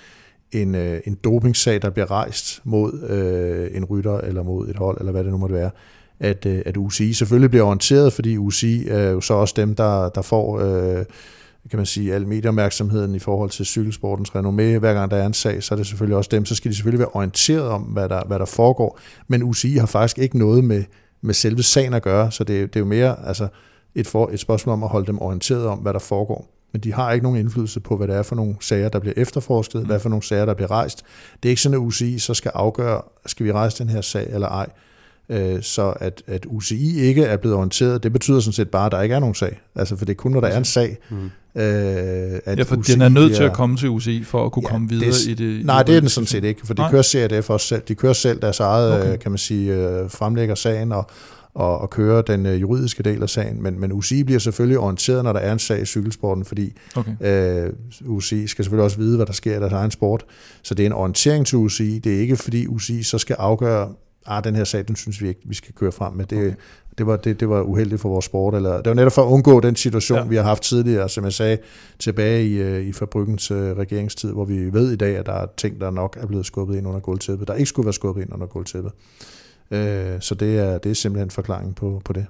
Speaker 3: en dopingsag, der bliver rejst mod en rytter, eller mod et hold, eller hvad det nu måtte være, at UCI selvfølgelig bliver orienteret, fordi UCI er jo så også dem, der får, kan man sige, al medieopmærksomheden i forhold til cykelsportens renommé. Hver gang der er en sag, så er det selvfølgelig også dem, så skal de selvfølgelig være orienteret om, hvad der foregår. Men UCI har faktisk ikke noget med selve sagen at gøre, så det er jo mere altså et spørgsmål om at holde dem orienteret om, hvad der foregår. Men de har ikke nogen indflydelse på, hvad det er for nogle sager, der bliver efterforsket, hvad for nogle sager, der bliver rejst. Det er ikke sådan, at UCI så skal afgøre, skal vi rejse den her sag eller ej. Så at UCI ikke er blevet orienteret, det betyder sådan set bare, at der ikke er nogen sag. Altså, for det er kun, når der er en sag.
Speaker 2: At for UCI den er nødt til at komme til UCI for at kunne komme videre i det.
Speaker 3: Nej, det er den sådan set ikke, for de kører CRDF også selv. De kører selv deres eget, kan man sige, fremlægger sagen og kører den juridiske del af sagen. Men UCI bliver selvfølgelig orienteret, når der er en sag i cykelsporten, fordi UCI skal selvfølgelig også vide, hvad der sker i deres egen sport. Så det er en orientering til UCI. Det er ikke, fordi UCI så skal afgøre, den her sag, den synes vi ikke, vi skal køre frem med. Det var uheldigt for vores sport. Eller, det var netop for at undgå den situation, vi har haft tidligere, som jeg sagde, tilbage i Fabryggens regeringstid, hvor vi ved i dag, at der er ting, der nok er blevet skubbet ind under gulvtæppet, der ikke skulle være skubbet ind under gulvtæppet. Så det er simpelthen forklaringen på det.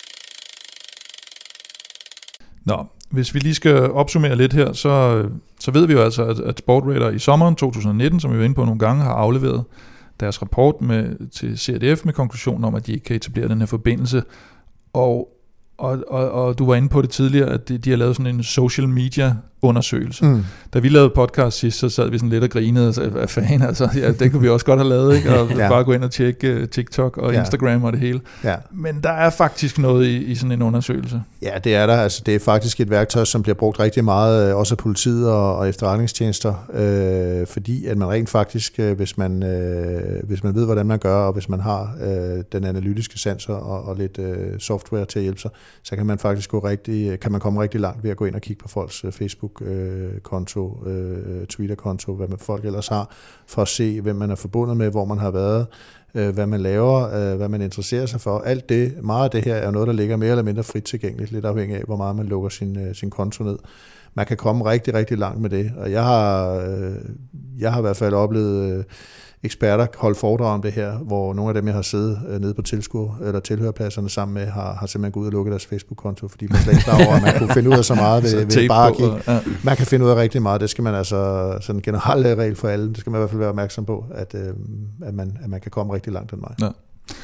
Speaker 2: Nå, hvis vi lige skal opsummere lidt her, så ved vi jo altså, at Sportradar i sommeren 2019, som vi var inde på nogle gange, har afleveret deres rapport til CRDF med konklusionen om, at de ikke kan etablere den her forbindelse. Og du var inde på det tidligere, at de har lavet sådan en social media undersøgelse. Da vi lavede podcast sidst, så sad vi sådan lidt og grinede og sagde, hvad fanden, altså, ja, det kunne vi også godt have lavet, ikke? Og bare gå ind og tjekke TikTok og Instagram og det hele. Ja. Men der er faktisk noget i sådan en undersøgelse. Ja,
Speaker 3: det er der. Altså, det er faktisk et værktøj, som bliver brugt rigtig meget, også af politiet og efterretningstjenester, fordi at man rent faktisk, hvis man ved, hvordan man gør, og hvis man har den analytiske sensor og lidt software til at hjælpe sig, så kan man faktisk komme rigtig langt ved at gå ind og kigge på folks Facebook-konto, Twitter-konto, hvad man folk ellers har, for at se, hvem man er forbundet med, hvor man har været, hvad man laver, hvad man interesserer sig for. Alt det, meget af det her er noget, der ligger mere eller mindre frit tilgængeligt, lidt afhængig af, hvor meget man lukker sin konto ned. Man kan komme rigtig, rigtig langt med det, og jeg har i hvert fald oplevet eksperter holde foredrag om det her, hvor nogle af dem, jeg har siddet nede på tilhørpladserne sammen med, har simpelthen gået ud og lukket deres Facebook-konto, fordi man slet ikke klar over, at man kunne finde ud af så meget ved bare at kigge. Ja. Man kan finde ud af rigtig meget, det skal man altså, sådan en generel regel for alle, det skal man i hvert fald være opmærksom på, at man kan komme rigtig langt den vej. Ja.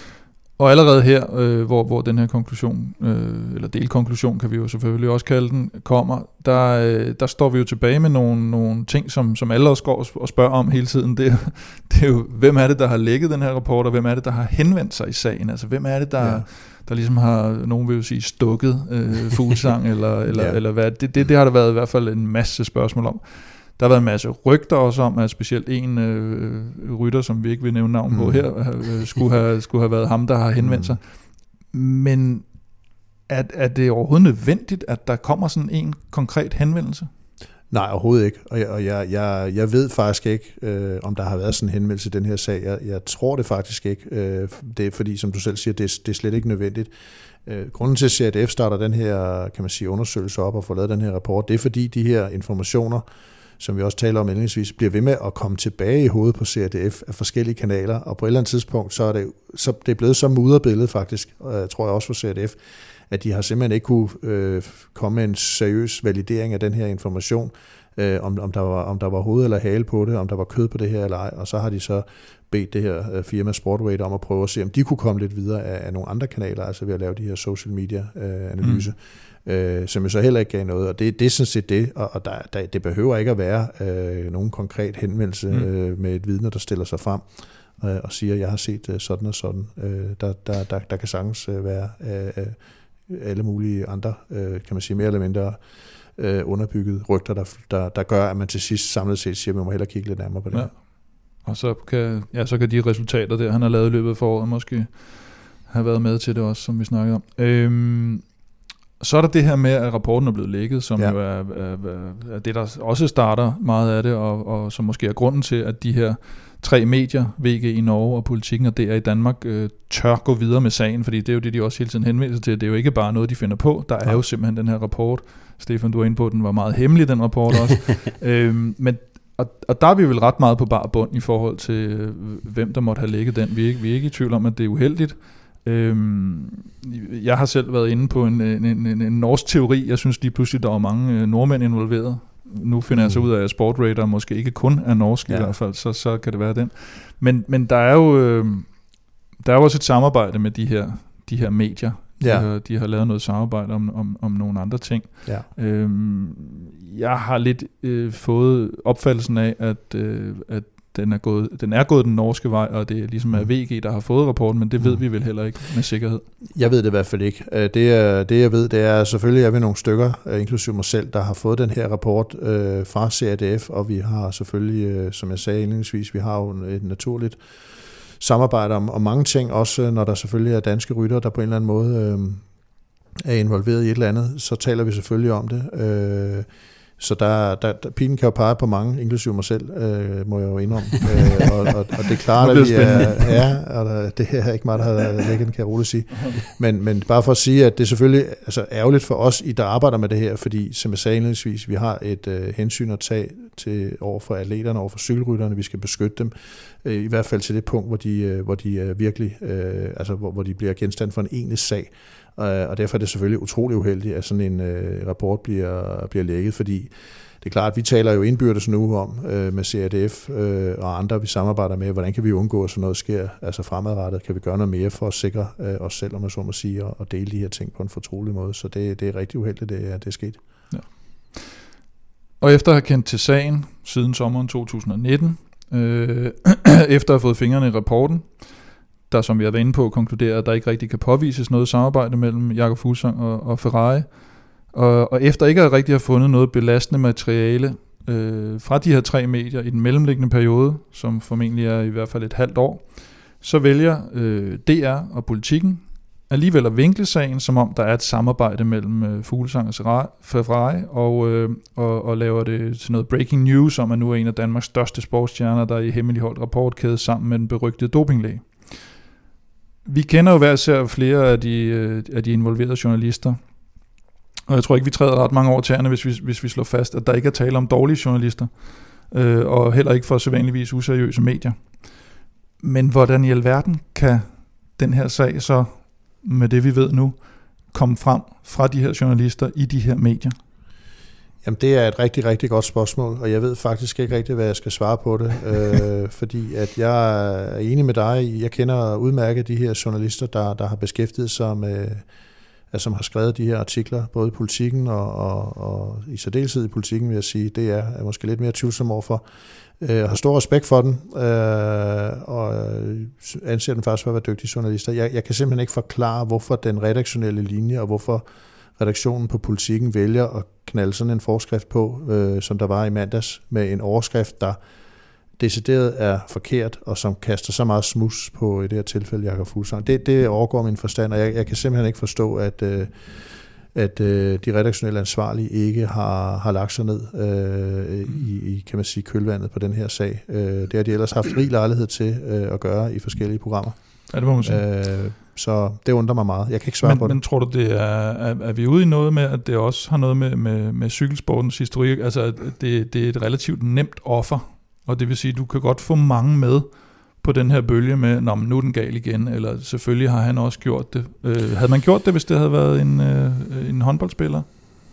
Speaker 2: Og allerede her, hvor den her konklusion, eller delkonklusion kan vi jo selvfølgelig også kalde den, kommer, der står vi jo tilbage med nogle ting, som alle også går og spørger om hele tiden. Det er jo, hvem er det, der har lækket den her rapport, og hvem er det, der har henvendt sig i sagen? Altså, hvem er det, der ligesom har, nogen vil jo sige, stukket fuglesang, eller hvad? Det har der været i hvert fald en masse spørgsmål om. Der har været en masse rygter også om, at specielt en rytter, som vi ikke vil nævne navn på her, skulle have været ham, der har henvendt sig. Men er det overhovedet nødvendigt, at der kommer sådan en konkret henvendelse?
Speaker 3: Nej, overhovedet ikke. Og jeg ved faktisk ikke, om der har været sådan en henvendelse i den her sag. Jeg tror det faktisk ikke. Det er fordi, som du selv siger, det er slet ikke nødvendigt. Grunden til, at CRDF starter den her, kan man sige, undersøgelse op og får lavet den her rapport, det er fordi de her informationer, som vi også taler om indledningsvis, bliver ved med at komme tilbage i hovedet på CRDF af forskellige kanaler, og på et eller andet tidspunkt, så er det blevet så mudderbilledet faktisk, tror jeg også for CRDF, at de har simpelthen ikke kunne komme med en seriøs validering af den her information, om der var hoved eller hale på det, om der var kød på det her eller ej, og så har de så bedt det her firma Sportweight om at prøve at se, om de kunne komme lidt videre af nogle andre kanaler, altså ved at lave de her social media analyse, som jo så heller ikke gav noget, og det er sådan set det, og det behøver ikke at være nogen konkret henvendelse med et vidne, der stiller sig frem og siger, jeg har set sådan og sådan. Der kan sagtens være alle mulige andre, kan man sige, mere eller mindre underbygget rygter, der gør, at man til sidst samlet set siger, at man må hellere kigge lidt nærmere på det. Ja.
Speaker 2: Og så kan de resultater der, han har lavet i løbet af foråret, måske have været med til det også, som vi snakkede om. Så er der det her med, at rapporten er blevet lækket, som jo er det, der også starter meget af det, og som måske er grunden til, at de her 3 medier, VG i Norge og Politikken og DR i Danmark, tør gå videre med sagen, fordi det er jo det, de også hele tiden henvender sig til. Det er jo ikke bare noget, de finder på. Der er jo simpelthen den her rapport. Stefan, du var inde på, den var meget hemmelig, den rapport også. Og der er vi vel ret meget på bar bund i forhold til, hvem der måtte have lækket den. Vi er ikke i tvivl om, at det er uheldigt. Jeg har selv været inde på en norsk teori. Jeg synes lige pludselig, der var mange nordmænd involveret. Nu finder jeg så ud af, at Sportradar måske ikke kun er norsk i hvert fald, så kan det være den. Men der er jo også et samarbejde med de her medier. De har lavet noget samarbejde om nogle andre ting. Ja. Jeg har lidt fået opfattelsen af, at den er gået den norske vej, og det er ligesom VG, der har fået rapporten, men det ved vi vel heller ikke med sikkerhed.
Speaker 3: Jeg ved det i hvert fald ikke. Det jeg ved, det er selvfølgelig, at vi er nogle stykker, inklusive mig selv, der har fået den her rapport fra CRDF, og vi har selvfølgelig, som jeg sagde indledningsvis, vi har jo et naturligt samarbejde om mange ting, også når der selvfølgelig er danske ryttere, der på en eller anden måde er involveret i et eller andet, så taler vi selvfølgelig om det. Så pilen kan jo pege på mange, inklusive mig selv, må jeg jo indrømme. Og det er klart, at vi og det her er ikke mig, der har lægget, kan jeg roligt sige. Men bare for at sige, at det er selvfølgelig ærgerligt for os, der arbejder med det her, fordi, som jeg sagde indledningsvis, vi har et hensyn at tage over for atleterne, over for cykelrytterne, vi skal beskytte dem, i hvert fald til det punkt, hvor de virkelig, hvor de bliver genstand for en egentlig sag. Og derfor er det selvfølgelig utrolig uheldigt, at sådan en rapport bliver lækket, fordi det er klart, at vi taler jo indbyrdes nu om med CRDF og andre, vi samarbejder med, hvordan kan vi undgå, at sådan noget sker fremadrettet? Kan vi gøre noget mere for at sikre os selv, om man så må sige, og dele de her ting på en fortrolig måde? Så det er rigtig uheldigt, det er sket. Ja.
Speaker 2: Og efter at have kendt til sagen siden sommeren 2019, efter at have fået fingrene i rapporten, der som vi har været inde på konkluderer, at der ikke rigtig kan påvises noget samarbejde mellem Jakob Fuglsang og Ferrari, og efter ikke at rigtig have fundet noget belastende materiale fra de her 3 medier i den mellemliggende periode, som formentlig er i hvert fald et halvt år, så vælger DR og Politikken alligevel at vinkle sagen, som om der er et samarbejde mellem Fuglsang og Ferrari, og laver det til noget breaking news, om at nu er en af Danmarks største sportsstjerner, der er i hemmeligholdt rapportkæde sammen med den berygtede dopinglæge. Vi kender jo hver især flere af de involverede journalister, og jeg tror ikke, vi træder ret mange over tæerne, hvis vi slår fast, at der ikke er tale om dårlige journalister, og heller ikke for sædvanligvis useriøse medier. Men hvordan i alverden kan den her sag så, med det vi ved nu, komme frem fra de her journalister i de her medier?
Speaker 3: Jamen det er et rigtig, rigtig godt spørgsmål, og jeg ved faktisk ikke rigtig, hvad jeg skal svare på det, fordi at jeg er enig med dig. Jeg kender udmærket de her journalister, der har beskæftiget sig med, som har skrevet de her artikler, både i Politikken og i særdeleshed i Politikken, vil jeg sige. Det er måske lidt mere tvivlsom overfor. Jeg har stor respekt for den, og anser den faktisk for at være dygtige journalister. Jeg kan simpelthen ikke forklare, hvorfor den redaktionelle linje, og hvorfor redaktionen på Politikken vælger at knalde sådan en forskrift på, som der var i mandags, med en overskrift, der decideret er forkert, og som kaster så meget smuds på i det her tilfælde Jakob Fuglsang. Det overgår min forstand, og jeg kan simpelthen ikke forstå, at de redaktionelle ansvarlige ikke har lagt sig ned i kan man sige, kølvandet på den her sag. Det har de ellers haft rig lejlighed til at gøre i forskellige programmer.
Speaker 2: Ja, det må man sige.
Speaker 3: Så det undrer mig meget. Jeg kan ikke svare på det.
Speaker 2: Men tror du, det er vi ude i noget med, at det også har noget med cykelsportens historik? Altså, at det er et relativt nemt offer, og det vil sige, at du kan godt få mange med på den her bølge med, nå, men nu er den gal igen, eller selvfølgelig har han også gjort det. Havde man gjort det, hvis det havde været en håndboldspiller?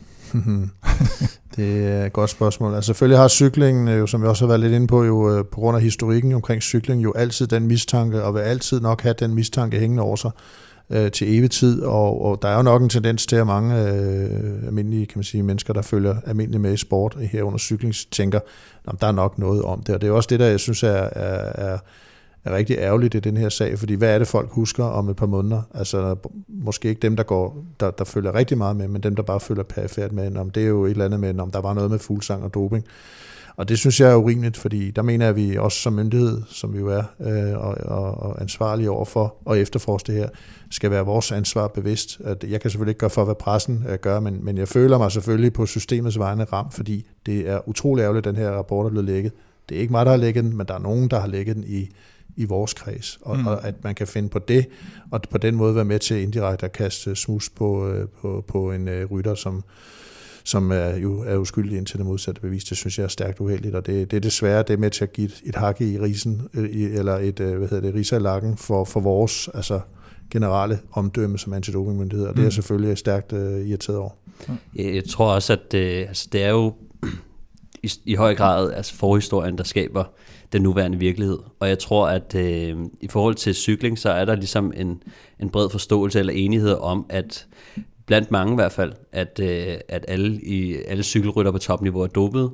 Speaker 3: Det er et godt spørgsmål. Altså selvfølgelig har cyklingen, jo, som vi også har været lidt inde på, jo på grund af historikken omkring cykling, jo altid den mistanke, og vil altid nok have den mistanke hængende over sig til evig tid, og der er jo nok en tendens til, at mange almindelige, kan man sige, mennesker, der følger almindeligt med i sport, herunder cykling, tænker, der er nok noget om det, og det er også det, der jeg synes er rigtig ærgerligt i den her sag, fordi hvad er det, folk husker om et par måneder? Altså måske ikke dem, der følger rigtig meget med, men dem, der bare følger perifært med. Det er jo et eller andet med, om der var noget med Fuglsang og doping. Og det synes jeg er urimeligt, fordi der mener jeg, at vi også som myndighed, som vi jo er, og ansvarlige overfor og efterforske det her, skal være vores ansvar bevidst. Jeg kan selvfølgelig ikke gøre for, hvad pressen gør, men jeg føler mig selvfølgelig på systemets vegne ramt, fordi det er utrolig ærgerligt, at den her rapport er blevet lækket. Det er ikke mig, der har lækket den, men der er nogen, der har lækket den i vores kreds, og at man kan finde på det, og på den måde være med til indirekte at kaste smus på en rytter, som er uskyldig indtil det modsatte bevis. Det synes jeg er stærkt uheldigt, og det er desværre det med til at give et hak i risen, eller et riser i lakken for vores generelle omdømme som antidopingmyndighed, og det er selvfølgelig stærkt irriteret over.
Speaker 4: Jeg tror også, at det er jo i høj grad forhistorien, der skaber den nuværende virkelighed. Og jeg tror, at i forhold til cykling, så er der ligesom en bred forståelse eller enighed om, at blandt mange i hvert fald, at alle cykelrytter på topniveau er dopet,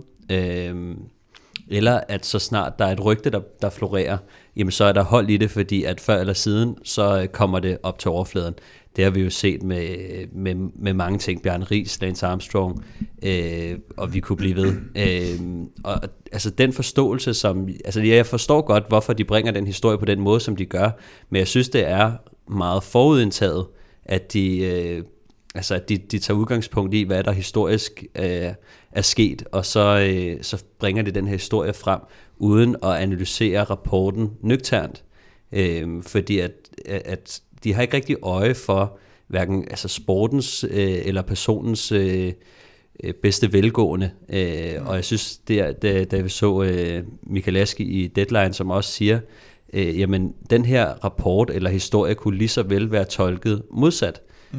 Speaker 4: eller at så snart der er et rygte, der florerer, jamen så er der hold i det, fordi at før eller siden, så kommer det op til overfladen. Det har vi jo set med mange ting. Bjarne Riis, Lance Armstrong, og vi kunne blive ved. Og altså den forståelse, jeg forstår godt, hvorfor de bringer den historie på den måde, som de gør, men jeg synes, det er meget forudindtaget, at de tager udgangspunkt i, hvad der historisk er sket, og så bringer de den her historie frem, uden at analysere rapporten nøgternt. Fordi at de har ikke rigtig øje for hverken sportens eller personens bedste velgående. Og jeg synes, da vi så Michael Aske i Deadline, som også siger, jamen den her rapport eller historie kunne lige så vel være tolket modsat.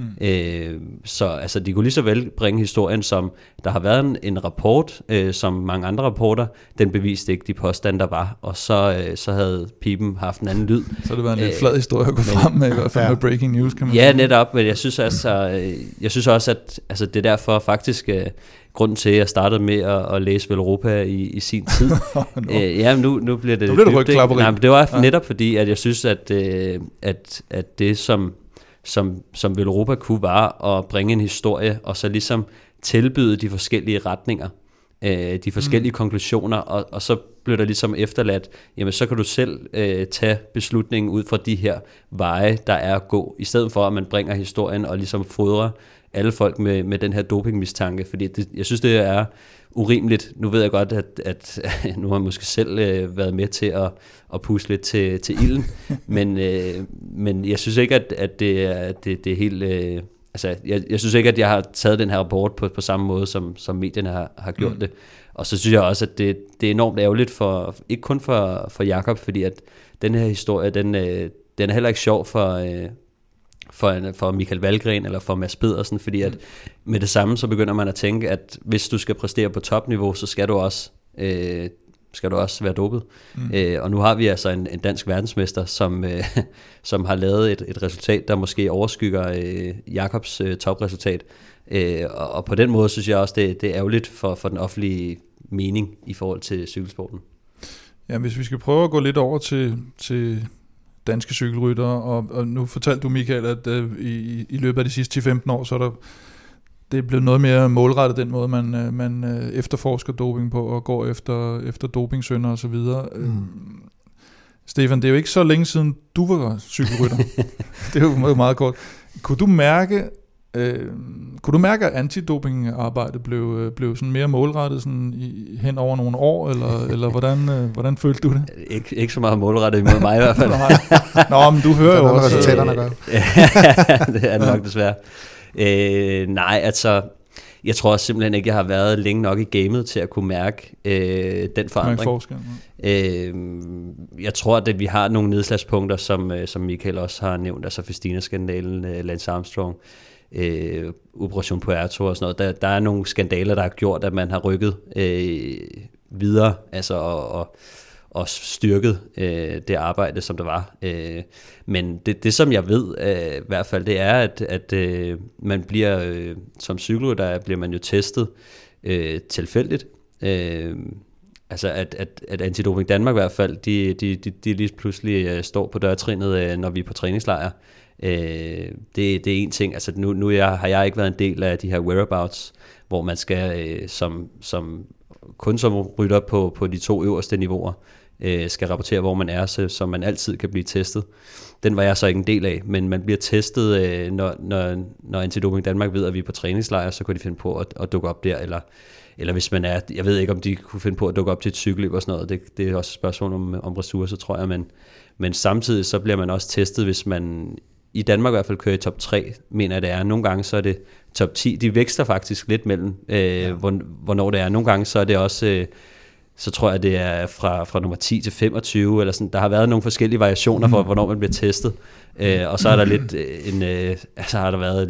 Speaker 4: Så de kunne lige så vel bringe historien som, der har været en rapport, som mange andre rapporter, den beviste ikke de påstande, der var, og så havde pipen haft en anden lyd.
Speaker 2: Så det var en lidt flad historie at gå frem med, i hvert fald med breaking news, kan man sige.
Speaker 4: Ja, netop, men jeg synes også, at det er derfor faktisk grunden til, at jeg startede med at læse Velropa i sin tid. Nu bliver det...
Speaker 2: Nu bliver det rygklapperi.
Speaker 4: Nej, men det var netop fordi, at jeg synes, at det, som Velropa kunne, var at bringe en historie, og så ligesom tilbyde de forskellige retninger, de forskellige konklusioner, og så blev der ligesom efterladt, jamen så kan du selv tage beslutningen ud fra de her veje, der er at gå, i stedet for at man bringer historien og ligesom fodrer alle folk med den her dopingmistanke, fordi jeg synes, det er urimeligt. Nu ved jeg godt, at nu har jeg måske selv været med til at puste lidt til ilden, men jeg synes ikke, at det er helt... Altså, jeg synes ikke, at jeg har taget den her rapport på samme måde, som medierne har gjort det. Og så synes jeg også, at det er enormt ærgerligt, ikke kun for Jakob, fordi at den her historie, den er heller ikke sjov for Michael Valgren eller for Mads Pedersen, fordi at med det samme, så begynder man at tænke, at hvis du skal præstere på topniveau, så skal du også være dopet. Og nu har vi altså en dansk verdensmester, som har lavet et resultat, der måske overskygger Jakobs topresultat. Og på den måde synes jeg også, det er ærgerligt for den offentlige mening i forhold til cykelsporten.
Speaker 2: Ja, hvis vi skal prøve at gå lidt over til danske cykelryttere, og nu fortalte du, Michael, at i løbet af de sidste 10-15 år, så er det er blevet noget mere målrettet, den måde, man efterforsker doping på, og går efter dopingsynder og så videre. Stefan, det er jo ikke så længe siden, du var cykelrytter. Det er jo meget kort. Kunne du mærke, at antidopingarbejdet blev sådan mere målrettet sådan hen over nogle år, eller hvordan følte du det?
Speaker 4: Ikke så meget målrettet imod mig i hvert fald.
Speaker 2: Nå, men du hører jo også...
Speaker 3: resultaterne gør.
Speaker 4: Det er nok desværre. Nej, altså... Jeg tror simpelthen ikke, jeg har været længe nok i gamet til at kunne mærke den forandring. Jeg tror, at vi har nogle nedslagspunkter, som Michael også har nævnt, altså Festina-skandalen, Lance Armstrong, Operation Puerto og sådan noget. Der er nogle skandaler, der har gjort, at man har rykket videre, altså og styrket det arbejde, som der var. Men det som jeg ved i hvert fald, det er, at man bliver, som cykelrytter, bliver man jo testet tilfældigt. Altså at Antidoping Danmark i hvert fald, de lige pludselig står på dørtrinnet, når vi er på træningslejr. Det er en ting. Altså nu har jeg ikke været en del af de her whereabouts, hvor man skal kun som rytter på de 2 øverste niveauer, skal rapportere, hvor man er, så man altid kan blive testet. Den var jeg så ikke en del af, men man bliver testet, når Antidoping Danmark ved, at vi er på træningslejr, så kan de finde på at dukke op der, eller hvis man er, jeg ved ikke, om de kunne finde på at dukke op til et cykelløb og sådan noget, det er også et spørgsmål om ressourcer, tror jeg, men samtidig så bliver man også testet, hvis man i Danmark i hvert fald kører i top 3, mener jeg det er. Nogle gange så er det top 10, de vækster faktisk lidt mellem, hvornår det er. Nogle gange så er det også... så tror jeg, det er fra nummer 10 til 25, eller sådan. Der har været nogle forskellige variationer for, hvornår man bliver testet. Og så er der lidt har der været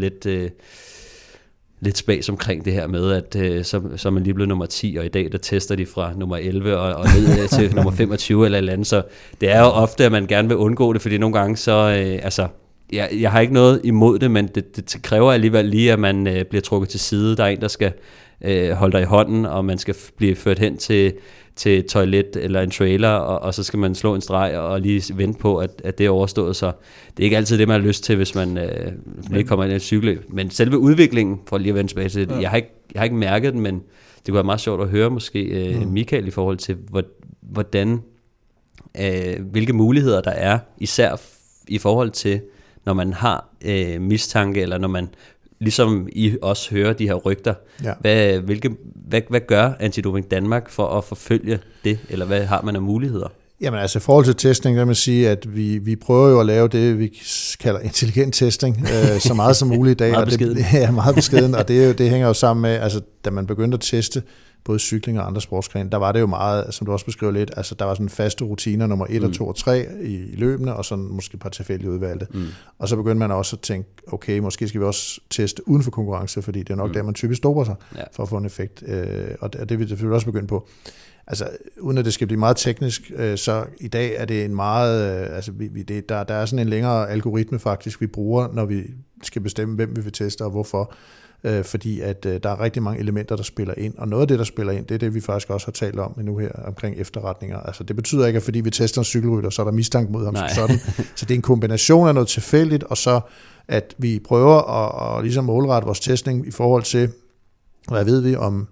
Speaker 4: lidt spas omkring det her med, at så er man lige blevet nummer 10, og i dag der tester de fra nummer 11 og ned til nummer 25 eller et eller andet. Så det er jo ofte, at man gerne vil undgå det, fordi nogle gange så... Jeg har ikke noget imod det, men det kræver alligevel lige, at man bliver trukket til side. Der er en, der skal holde dig i hånden, og man skal blive ført hen til et toilet eller en trailer, og så skal man slå en streg og lige vente på, at det er overstået. Så det er ikke altid det, man har lyst til, hvis man ikke kommer ind i et cykelløb. Men selve udviklingen, for lige at vende tilbage til det, jeg har ikke mærket den, men det kunne være meget sjovt at høre måske Michael i forhold til, hvordan hvilke muligheder der er, især i forhold til, når man har mistanke, eller når man, ligesom I også hører de her rygter, hvad gør Antidoping Danmark for at forfølge det, eller hvad har man af muligheder?
Speaker 3: Jamen altså i forhold til testning, der vil sige, at vi prøver jo at lave det, vi kalder intelligent testing, så meget som muligt i dag.
Speaker 4: Meget beskeden.
Speaker 3: Meget beskeden, og det hænger jo sammen med, altså da man begyndte at teste både cykling og andre sportsgrene, der var det jo meget, som du også beskriver lidt, altså der var sådan faste rutiner, nummer 1 og 2 og 3 i løbene, og sådan måske et par tilfældige udvalgte. Og så begyndte man også at tænke, okay, måske skal vi også teste uden for konkurrence, fordi det er nok der, man typisk doper sig, for at få en effekt. Og det vil vi selvfølgelig også begynde på. Altså, uden at det skal blive meget teknisk, så i dag er det en meget, der er sådan en længere algoritme faktisk, vi bruger, når vi skal bestemme, hvem vi vil teste og hvorfor. fordi at der er rigtig mange elementer, der spiller ind, og noget af det, der spiller ind, det er det, vi faktisk også har talt om nu her omkring efterretninger. Altså det betyder ikke, at fordi vi tester en cykelrytter, så er der mistanke mod ham sådan. Så det er en kombination af noget tilfældigt, og så at vi prøver at ligesom målrette vores testning i forhold til, hvad ved vi om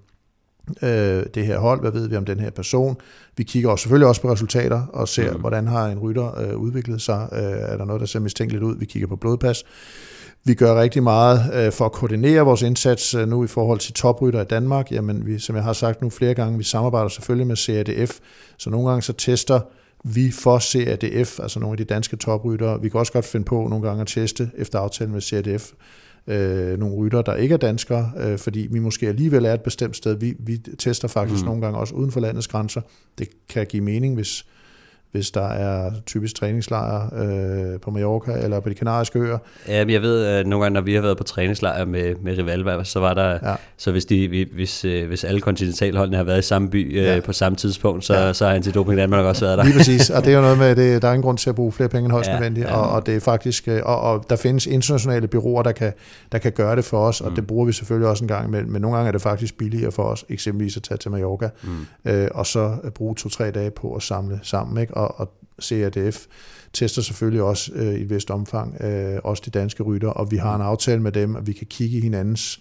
Speaker 3: det her hold, hvad ved vi om den her person. Vi kigger selvfølgelig også på resultater og ser, hvordan har en rytter udviklet sig. Er der noget, der ser mistænkeligt ud? Vi kigger på blodpas. Vi gør rigtig meget for at koordinere vores indsats nu i forhold til toprytter i Danmark. Jamen, som jeg har sagt nu flere gange, vi samarbejder selvfølgelig med CADF, så nogle gange så tester vi for CADF, altså nogle af de danske topryttere. Vi kan også godt finde på nogle gange at teste efter aftale med CADF nogle rytter, der ikke er danskere, fordi vi måske alligevel er et bestemt sted. Vi tester faktisk nogle gange også uden for landets grænser. Det kan give mening, hvis der er typisk træningslejre på Mallorca eller på de kanariske øer.
Speaker 4: Ja, jeg ved, at nogle gange, når vi har været på træningslejre med Rivalva, så var der, så hvis alle kontinentalholdene har været i samme by på samme tidspunkt, så har Antidoping Danmark også været der. Lige
Speaker 3: præcis, og det er jo noget med, der er ingen grund til at bruge flere penge end højst nødvendigt, og det er faktisk, og der findes internationale bureauer, der kan gøre det for os, og det bruger vi selvfølgelig også en gang imellem, men nogle gange er det faktisk billigere for os, eksempelvis at tage til Mallorca, og så bruge 2-3 dage på at samle sammen, ikke? Og CADF tester selvfølgelig også i et vist omfang også de danske rytter, og vi har en aftale med dem, at vi kan kigge i hinandens,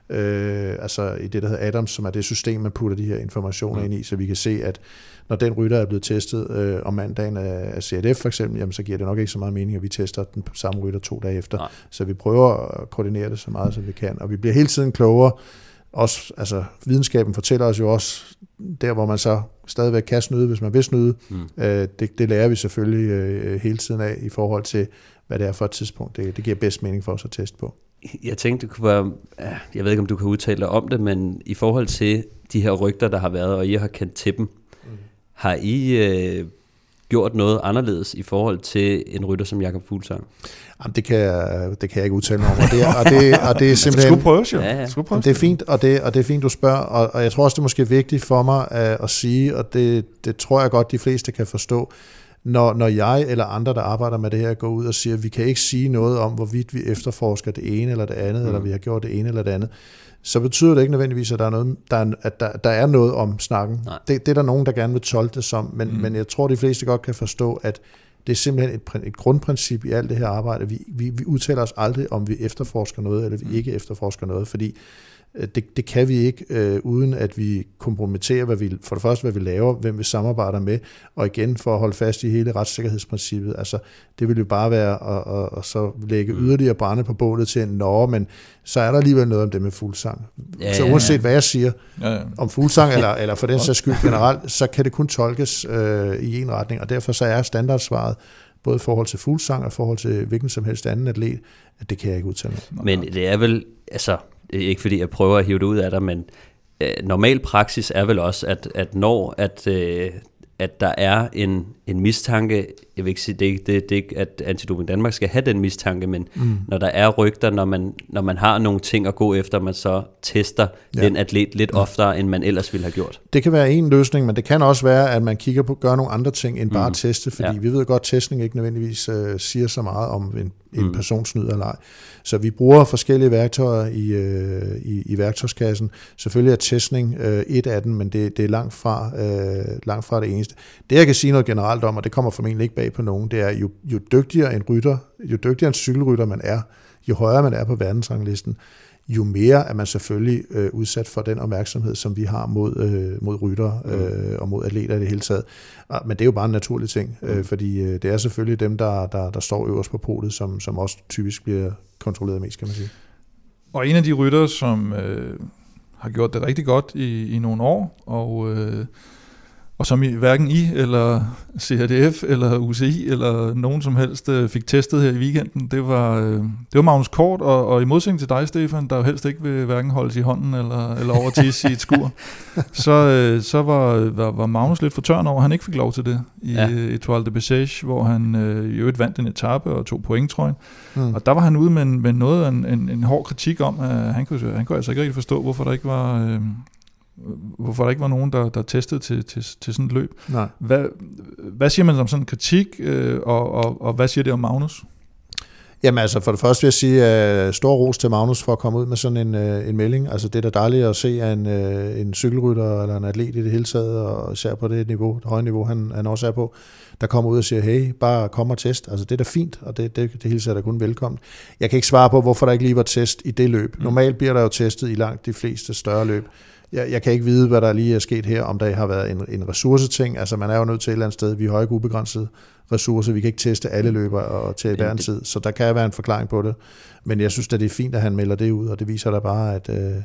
Speaker 3: altså i det, der hedder Adams, som er det system, man putter de her informationer ind i, så vi kan se, at når den rytter er blevet testet om mandagen af CADF for eksempel, jamen, så giver det nok ikke så meget mening, at vi tester den samme rytter 2 dage efter. Nej. Så vi prøver at koordinere det så meget, som vi kan, og vi bliver hele tiden klogere. Også, altså videnskaben fortæller os jo også, der hvor man så stadigvæk kan snyde, hvis man vil snyde, det lærer vi selvfølgelig hele tiden af i forhold til, hvad det er for et tidspunkt. Det giver bedst mening for os at teste på.
Speaker 4: Jeg tænkte, det kunne være, jeg ved ikke, om du kan udtale dig om det, men i forhold til de her rygter, der har været, og I har kendt til dem, har I gjort noget anderledes i forhold til en rytter som Jakob Fuglsang?
Speaker 3: Jamen, det kan jeg ikke udtale mig om, og det er simpelthen...
Speaker 2: Skulle prøves jo.
Speaker 3: Ja. Det er fint, og det er fint, du spørger, og jeg tror også, det er måske vigtigt for mig at sige, og det tror jeg godt, de fleste kan forstå, når jeg eller andre, der arbejder med det her, går ud og siger, at vi kan ikke sige noget om, hvorvidt vi efterforsker det ene eller det andet, eller vi har gjort det ene eller det andet, så betyder det ikke nødvendigvis, at der er noget om snakken. Det er der nogen, der gerne vil tolke det som, men jeg tror, de fleste godt kan forstå, at det er simpelthen et grundprincip i alt det her arbejde. Vi udtaler os aldrig, om vi efterforsker noget, eller vi ikke efterforsker noget, fordi det kan vi ikke, uden at vi kompromitterer, for det første, hvad vi laver, hvem vi samarbejder med, og igen for at holde fast i hele retssikkerhedsprincippet. Altså, det vil jo bare være at så lægge yderligere brænde på bålet til en men så er der alligevel noget om det med Fuglsang. Så uanset hvad jeg siger om Fuglsang, eller for den sags skyld generelt, så kan det kun tolkes i en retning, og derfor så er standardsvaret, både i forhold til Fuglsang og i forhold til hvilken som helst anden atlet, at det kan jeg ikke udtale mig.
Speaker 4: Men det er vel, altså, ikke fordi jeg prøver at hive det ud af dig, men normal praksis er vel også, at når at der er en mistanke, jeg vil ikke sige, det er ikke, at Antidoping Danmark skal have den mistanke, men når der er rygter, når man har nogle ting at gå efter, man så tester den atlet lidt oftere, end man ellers ville have gjort.
Speaker 3: Det kan være en løsning, men det kan også være, at man kigger på at gøre nogle andre ting, end bare at teste, fordi vi ved godt, at testning ikke nødvendigvis siger så meget om en person snyder eller ej. Så vi bruger forskellige værktøjer i værktøjskassen. Selvfølgelig er testning et af dem, men det er langt fra det eneste. Det jeg kan sige noget generelt om, og det kommer formentlig ikke bag på nogen, det er, jo dygtigere en rytter, jo dygtigere en cykelrytter man er, jo højere man er på verdensranglisten, jo mere er man selvfølgelig udsat for den opmærksomhed, som vi har mod rytter og mod atleter i det hele taget. Men det er jo bare en naturlig ting, fordi det er selvfølgelig dem, der står øverst på podiet, som også typisk bliver kontrolleret mest, kan man sige.
Speaker 2: Og en af de rytter, som har gjort det rigtig godt i nogle år, og som hverken I eller CADF eller UCI eller nogen som helst fik testet her i weekenden, det var Magnus Kort, og i modsætning til dig, Stefan, der jo helst ikke vil hverken holdes i hånden eller over tisse i et skur, så var Magnus lidt for tørn over, at han ikke fik lov til det i Etoile de Bessèges, hvor han jo vandt en etape og tog pointtrøjen. Og der var han ude med noget af en hård kritik om, at han kunne altså ikke rigtig forstå, hvorfor der ikke var nogen, der testede til sådan et løb.
Speaker 3: Nej.
Speaker 2: Hvad siger man om sådan en kritik, og hvad siger det om Magnus?
Speaker 3: Jamen altså, for det første vil jeg sige stor ros til Magnus for at komme ud med sådan en melding. Altså det er da dejligt at se, at en cykelrytter eller en atlet i det hele taget, og især på det niveau, det høje niveau, han også er på, der kommer ud og siger, hey, bare kom og test. Altså det er da fint, og det hilser da kun velkommen. Jeg kan ikke svare på, hvorfor der ikke lige var test i det løb. Normalt bliver der jo testet i langt de fleste større løb. Jeg kan ikke vide, hvad der lige er sket her, om der har været en ressourceting. Altså man er jo nødt til et eller andet sted, vi har ikke ubegrænsede ressourcer, vi kan ikke teste alle løber og til hver en tid, så der kan være en forklaring på det. Men jeg synes at det er fint, at han melder det ud, og det viser da bare,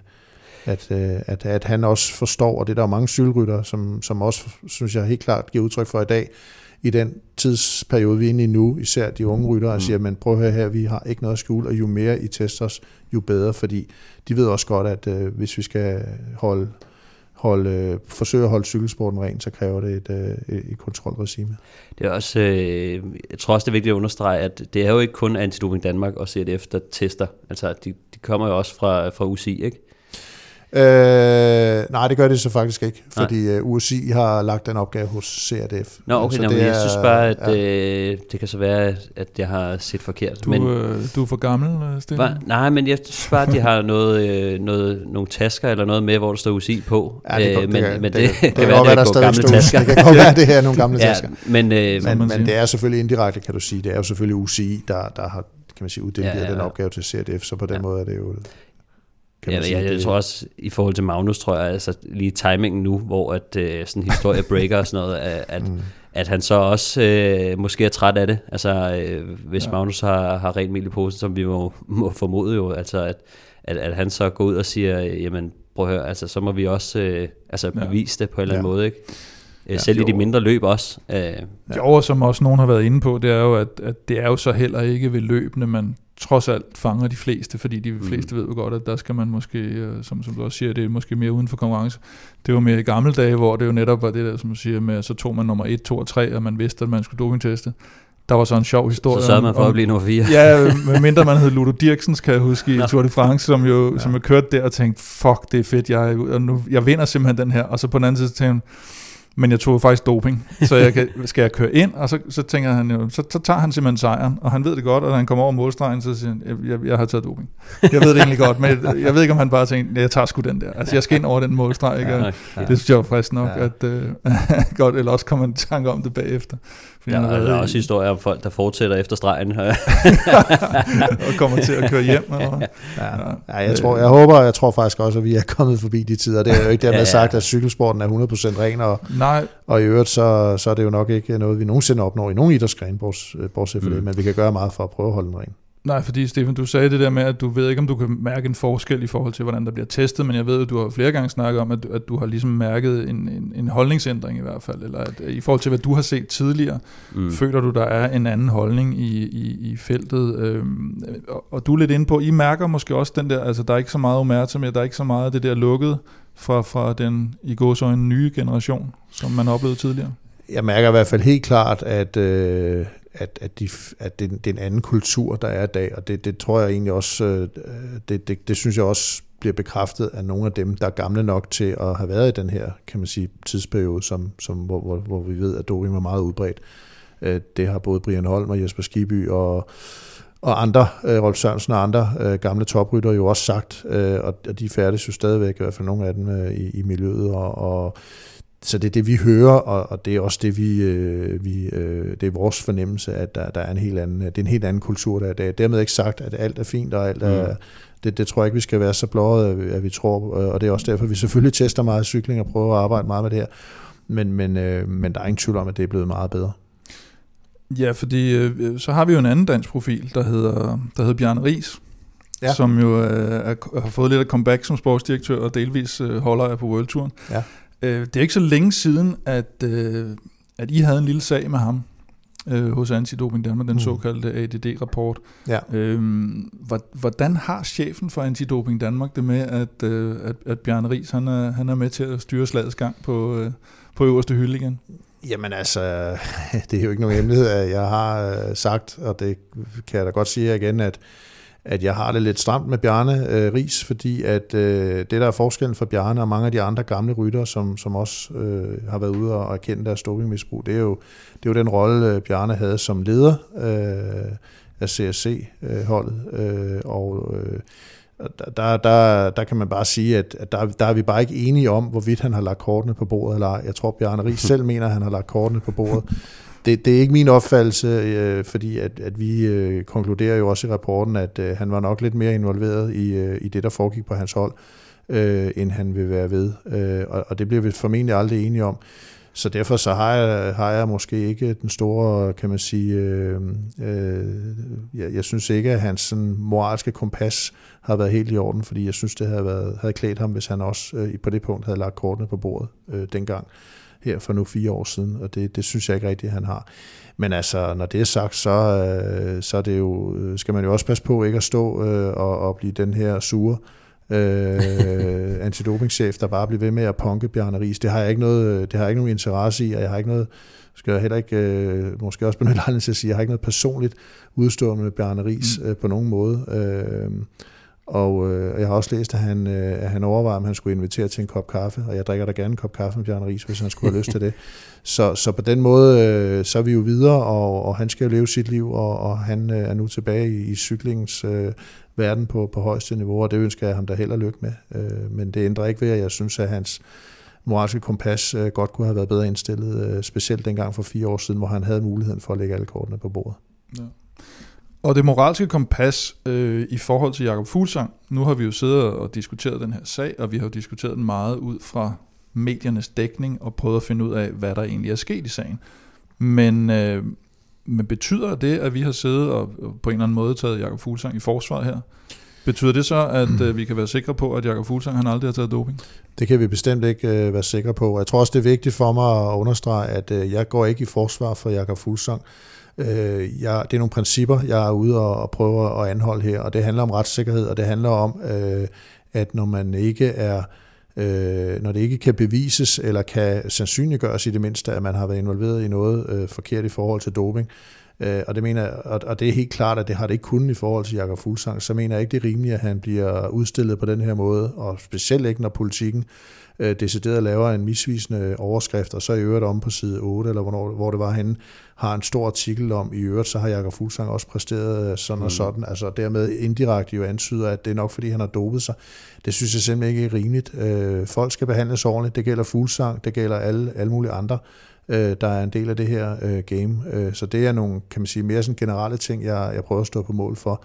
Speaker 3: at han også forstår, og det er der jo mange cykelryttere, som også, synes jeg, helt klart giver udtryk for i dag, i den tidsperiode, vi er inde i nu, især de unge ryttere, siger, men prøv at høre her, vi har ikke noget at skjule, og jo mere I tester os, jo bedre, fordi de ved også godt, at hvis vi skal forsøge at holde cykelsporten ren, så kræver det et kontrolregime.
Speaker 4: Det er også, jeg tror også, det er vigtigt at understrege, at det er jo ikke kun Antidoping Danmark og CDF, der tester. Altså, de kommer jo også fra UCI, ikke?
Speaker 3: Nej, det gør det så faktisk ikke, fordi UCI har lagt den opgave hos CRDF.
Speaker 4: Nå, okay, men jeg synes bare, at det kan så være, at jeg har set forkert.
Speaker 2: Du er for gammel, Steffen?
Speaker 4: Nej, men jeg synes bare, at de har nogle tasker eller noget med, hvor der står UCI på.
Speaker 3: Ja, det kan være,
Speaker 4: det
Speaker 3: der står gamle tasker. Det kan godt være, det her er nogle gamle tasker.
Speaker 4: Men
Speaker 3: det er selvfølgelig indirekte, kan du sige. Det er jo selvfølgelig UCI, der har, kan man sige, uddelt den opgave til CRDF, så på den måde er det jo...
Speaker 4: Jeg tror også, i forhold til Magnus, tror jeg, altså lige timingen nu, hvor at sådan historie breaker og sådan noget, at han så også måske er træt af det. Altså, hvis Magnus har rent mel i posen, som vi må formode jo, altså at han så går ud og siger, jamen prøv at høre, altså så må vi også bevise det på en eller anden måde, ikke? Selv i de mindre løb også.
Speaker 2: Jo, som også nogen har været inde på, det er jo, at det er jo så heller ikke ved løbende, man trods alt fanger de fleste, fordi de fleste ved jo godt, at der skal man måske, som du også siger, det er måske mere uden for konkurrence. Det var mere i gamle dage, hvor det jo netop var det der, som du siger, med så tog man nummer 1, 2 og 3, og man vidste, at man skulle dopingteste. Der var så en sjov historie.
Speaker 4: Så sørgede man for at blive nummer 4.
Speaker 2: Ja, medmindre man hed Ludo Dirksens, kan jeg huske, i Tour de France, som jo kørte der og tænkte, fuck, det er fedt, jeg vinder simpelthen den her. Og så på den anden side tænkte han, men jeg tog faktisk doping, så skal jeg køre ind, og så tænker han jo, så tager han simpelthen sejren, og han ved det godt, og han kommer over målstregen, så siger han, jeg har taget doping. Jeg ved det egentlig godt, men jeg ved ikke, om han bare tænker, jeg tager sgu den der. Altså, jeg skal ind over den målstreg, ikke? Det synes jeg jo faktisk nok, at godt, eller også kommer en tanke om det bagefter.
Speaker 4: Der er også historier om folk, der fortsætter efter stregen.
Speaker 2: og kommer til at køre hjem.
Speaker 3: Jeg tror faktisk også, at vi er kommet forbi de tider. Det er jo ikke dermed sagt, at cykelsporten er 100% ren, og i øvrigt så er det jo nok ikke noget, vi nogensinde opnår i nogen idrætsgren, bortset fra det, men vi kan gøre meget for at prøve at holde den ren.
Speaker 2: Nej, fordi Steffen, du sagde det der med, at du ved ikke, om du kan mærke en forskel i forhold til, hvordan der bliver testet, men jeg ved, at du har flere gange snakket om, at du har ligesom mærket en holdningsændring i hvert fald, eller at i forhold til, hvad du har set tidligere, føler du, der er en anden holdning i feltet, og du er lidt inde på, I mærker måske også den der, altså der er ikke så meget omerta mere, der er ikke så meget af det der lukket fra den i gåseøjne nye generation, som man oplevede tidligere.
Speaker 3: Jeg mærker i hvert fald helt klart, at det er en anden kultur, der er i dag, og det tror jeg egentlig også, det synes jeg også bliver bekræftet af nogle af dem, der er gamle nok til at have været i den her, kan man sige, tidsperiode, hvor vi ved, at doping var meget udbredt. Det har både Brian Holm og Jesper Skibby og andre, Rolf Sørensen og andre gamle toprytter jo også sagt, og de færdes jo stadigvæk, i hvert fald nogle af dem i miljøet, og så det er det, vi hører, og det er også det, det er vores fornemmelse, at der er det er en helt anden kultur, der er i dag. Dermed ikke sagt, at alt er fint, og alt er, det tror jeg ikke, vi skal være så blåede, at vi tror, og det er også derfor, vi selvfølgelig tester meget cykling og prøver at arbejde meget med det her, men der er ingen tvivl om, at det er blevet meget bedre.
Speaker 2: Ja, fordi så har vi jo en anden dansk profil, der hedder Bjarne Riis, som jo har fået lidt af comeback som sportsdirektør, og delvis holder jeg på World Touren. Ja. Det er ikke så længe siden, at I havde en lille sag med ham hos Antidoping Danmark, den såkaldte ADD-rapport. Ja. Hvordan har chefen for Antidoping Danmark det med, at Bjarne Riis han er med til at styre slagets gang på øverste hylde igen?
Speaker 3: Jamen altså, det er jo ikke nogen hemmelighed, at jeg har sagt, og det kan jeg da godt sige igen, at jeg har det lidt stramt med Bjarne Riis, fordi at det, der er forskellen for Bjarne og mange af de andre gamle ryttere, som også har været ude og erkende deres dopingmisbrug, det er jo den rolle, Bjarne havde som leder CSC-holdet, og der kan man bare sige, at der er vi bare ikke enige om, hvorvidt han har lagt kortene på bordet eller ej. Jeg tror, Bjarne Riis selv mener, at han har lagt kortene på bordet. Det er ikke min opfattelse, fordi at vi konkluderer jo også i rapporten, at han var nok lidt mere involveret i det, der foregik på hans hold, end han vil være ved. Og det bliver vi formentlig aldrig enige om. Så derfor så har jeg måske ikke den store, kan man sige, jeg synes ikke, at hans sådan moralske kompas har været helt i orden, fordi jeg synes, det havde klædt ham, hvis han også på det punkt havde lagt kortene på bordet dengang, her for nu 4 år siden, og det synes jeg ikke rigtigt, han har. Men altså, når det er sagt, så er det jo, skal man jo også passe på ikke at stå og blive den her sure antidopingchef, der bare bliver ved med at punke Bjarne Riis. Det har jeg ikke nogen interesse i, og jeg har ikke noget, skal jeg heller ikke, måske også benytte lejligheden til at sige, jeg har ikke noget personligt udstående med Bjarne Riis på nogen måde. Og jeg har også læst, at han overvejer, om han skulle invitere til en kop kaffe, og jeg drikker da gerne en kop kaffe med Bjarne Riis, hvis han skulle have lyst til det. Så på den måde, så er vi jo videre, og han skal jo leve sit liv, og han er nu tilbage i cyklingens verden på højeste niveau, og det ønsker jeg ham da held og lykke med. Men det ændrer ikke ved, at jeg synes, at hans moralske kompas godt kunne have været bedre indstillet, specielt dengang for 4 år siden, hvor han havde muligheden for at lægge alle kortene på bordet. Ja.
Speaker 2: Og det moralske kompas i forhold til Jakob Fuglsang, nu har vi jo siddet og diskuteret den her sag, og vi har jo diskuteret den meget ud fra mediernes dækning og prøvet at finde ud af, hvad der egentlig er sket i sagen. Men betyder det, at vi har siddet og på en eller anden måde taget Jakob Fuglsang i forsvar her? Betyder det så, at vi kan være sikre på, at Jakob Fuglsang han aldrig har taget doping? Det
Speaker 3: kan vi bestemt ikke være sikre på. Jeg tror også, det er vigtigt for mig at understrege, at jeg går ikke i forsvar for Jakob Fuglsang. Det er nogle principper, jeg er ude og prøver at anholde her, og det handler om retssikkerhed, og det handler om, at når det ikke kan bevises eller kan sandsynliggøres i det mindste, at man har været involveret i noget forkert i forhold til doping, og det er helt klart, at det har det ikke kun i forhold til Jakob Fuglsang, så mener jeg ikke, det er rimeligt, at han bliver udstillet på den her måde, og specielt ikke, når Politikken decideret laver en misvisende overskrift, og så i øvrigt om på side 8, eller hvor det var henne, har en stor artikel om, i øvrigt så har Jakob Fuglsang også præsteret sådan og sådan, altså dermed indirekte jo antyder, at det er nok fordi han har dopet sig. Det synes jeg simpelthen ikke er rimeligt. Folk skal behandles ordentligt, det gælder Fuglsang, det gælder alle mulige andre, der er en del af det her game. Så det er nogle, kan man sige, mere sådan generelle ting, jeg prøver at stå på mål for.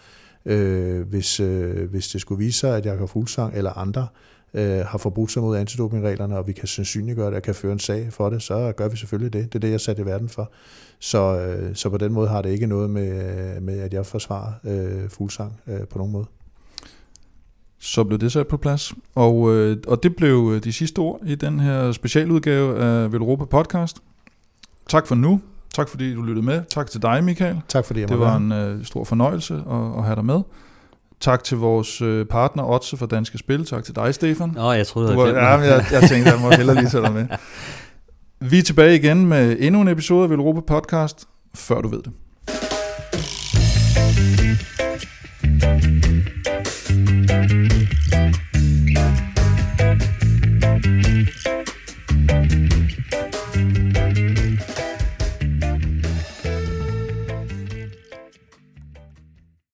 Speaker 3: Hvis det skulle vise sig, at Jakob Fuglsang eller andre har forbrudt sig mod antidopingreglerne, og vi kan sandsynliggøre det og kan føre en sag for det, så gør vi selvfølgelig det. Det er det, jeg er sat i verden for. Så på den måde har det ikke noget med at jeg forsvarer Fuglsang på nogen måde.
Speaker 2: Så blev det sat på plads, og det blev de sidste ord i den her specialudgave af Velropa Podcast. Tak for nu. Tak fordi du lyttede med. Tak til dig, Michael.
Speaker 3: Tak fordi jeg
Speaker 2: Det var en stor fornøjelse at have dig med. Tak til vores partner Otse for Danske Spil. Tak til dig, Stefan.
Speaker 4: Jeg troede, jeg
Speaker 2: tænkte, jeg må hellere lige tage dig med. Vi er tilbage igen med endnu en episode af Velropa Podcast, før du ved det.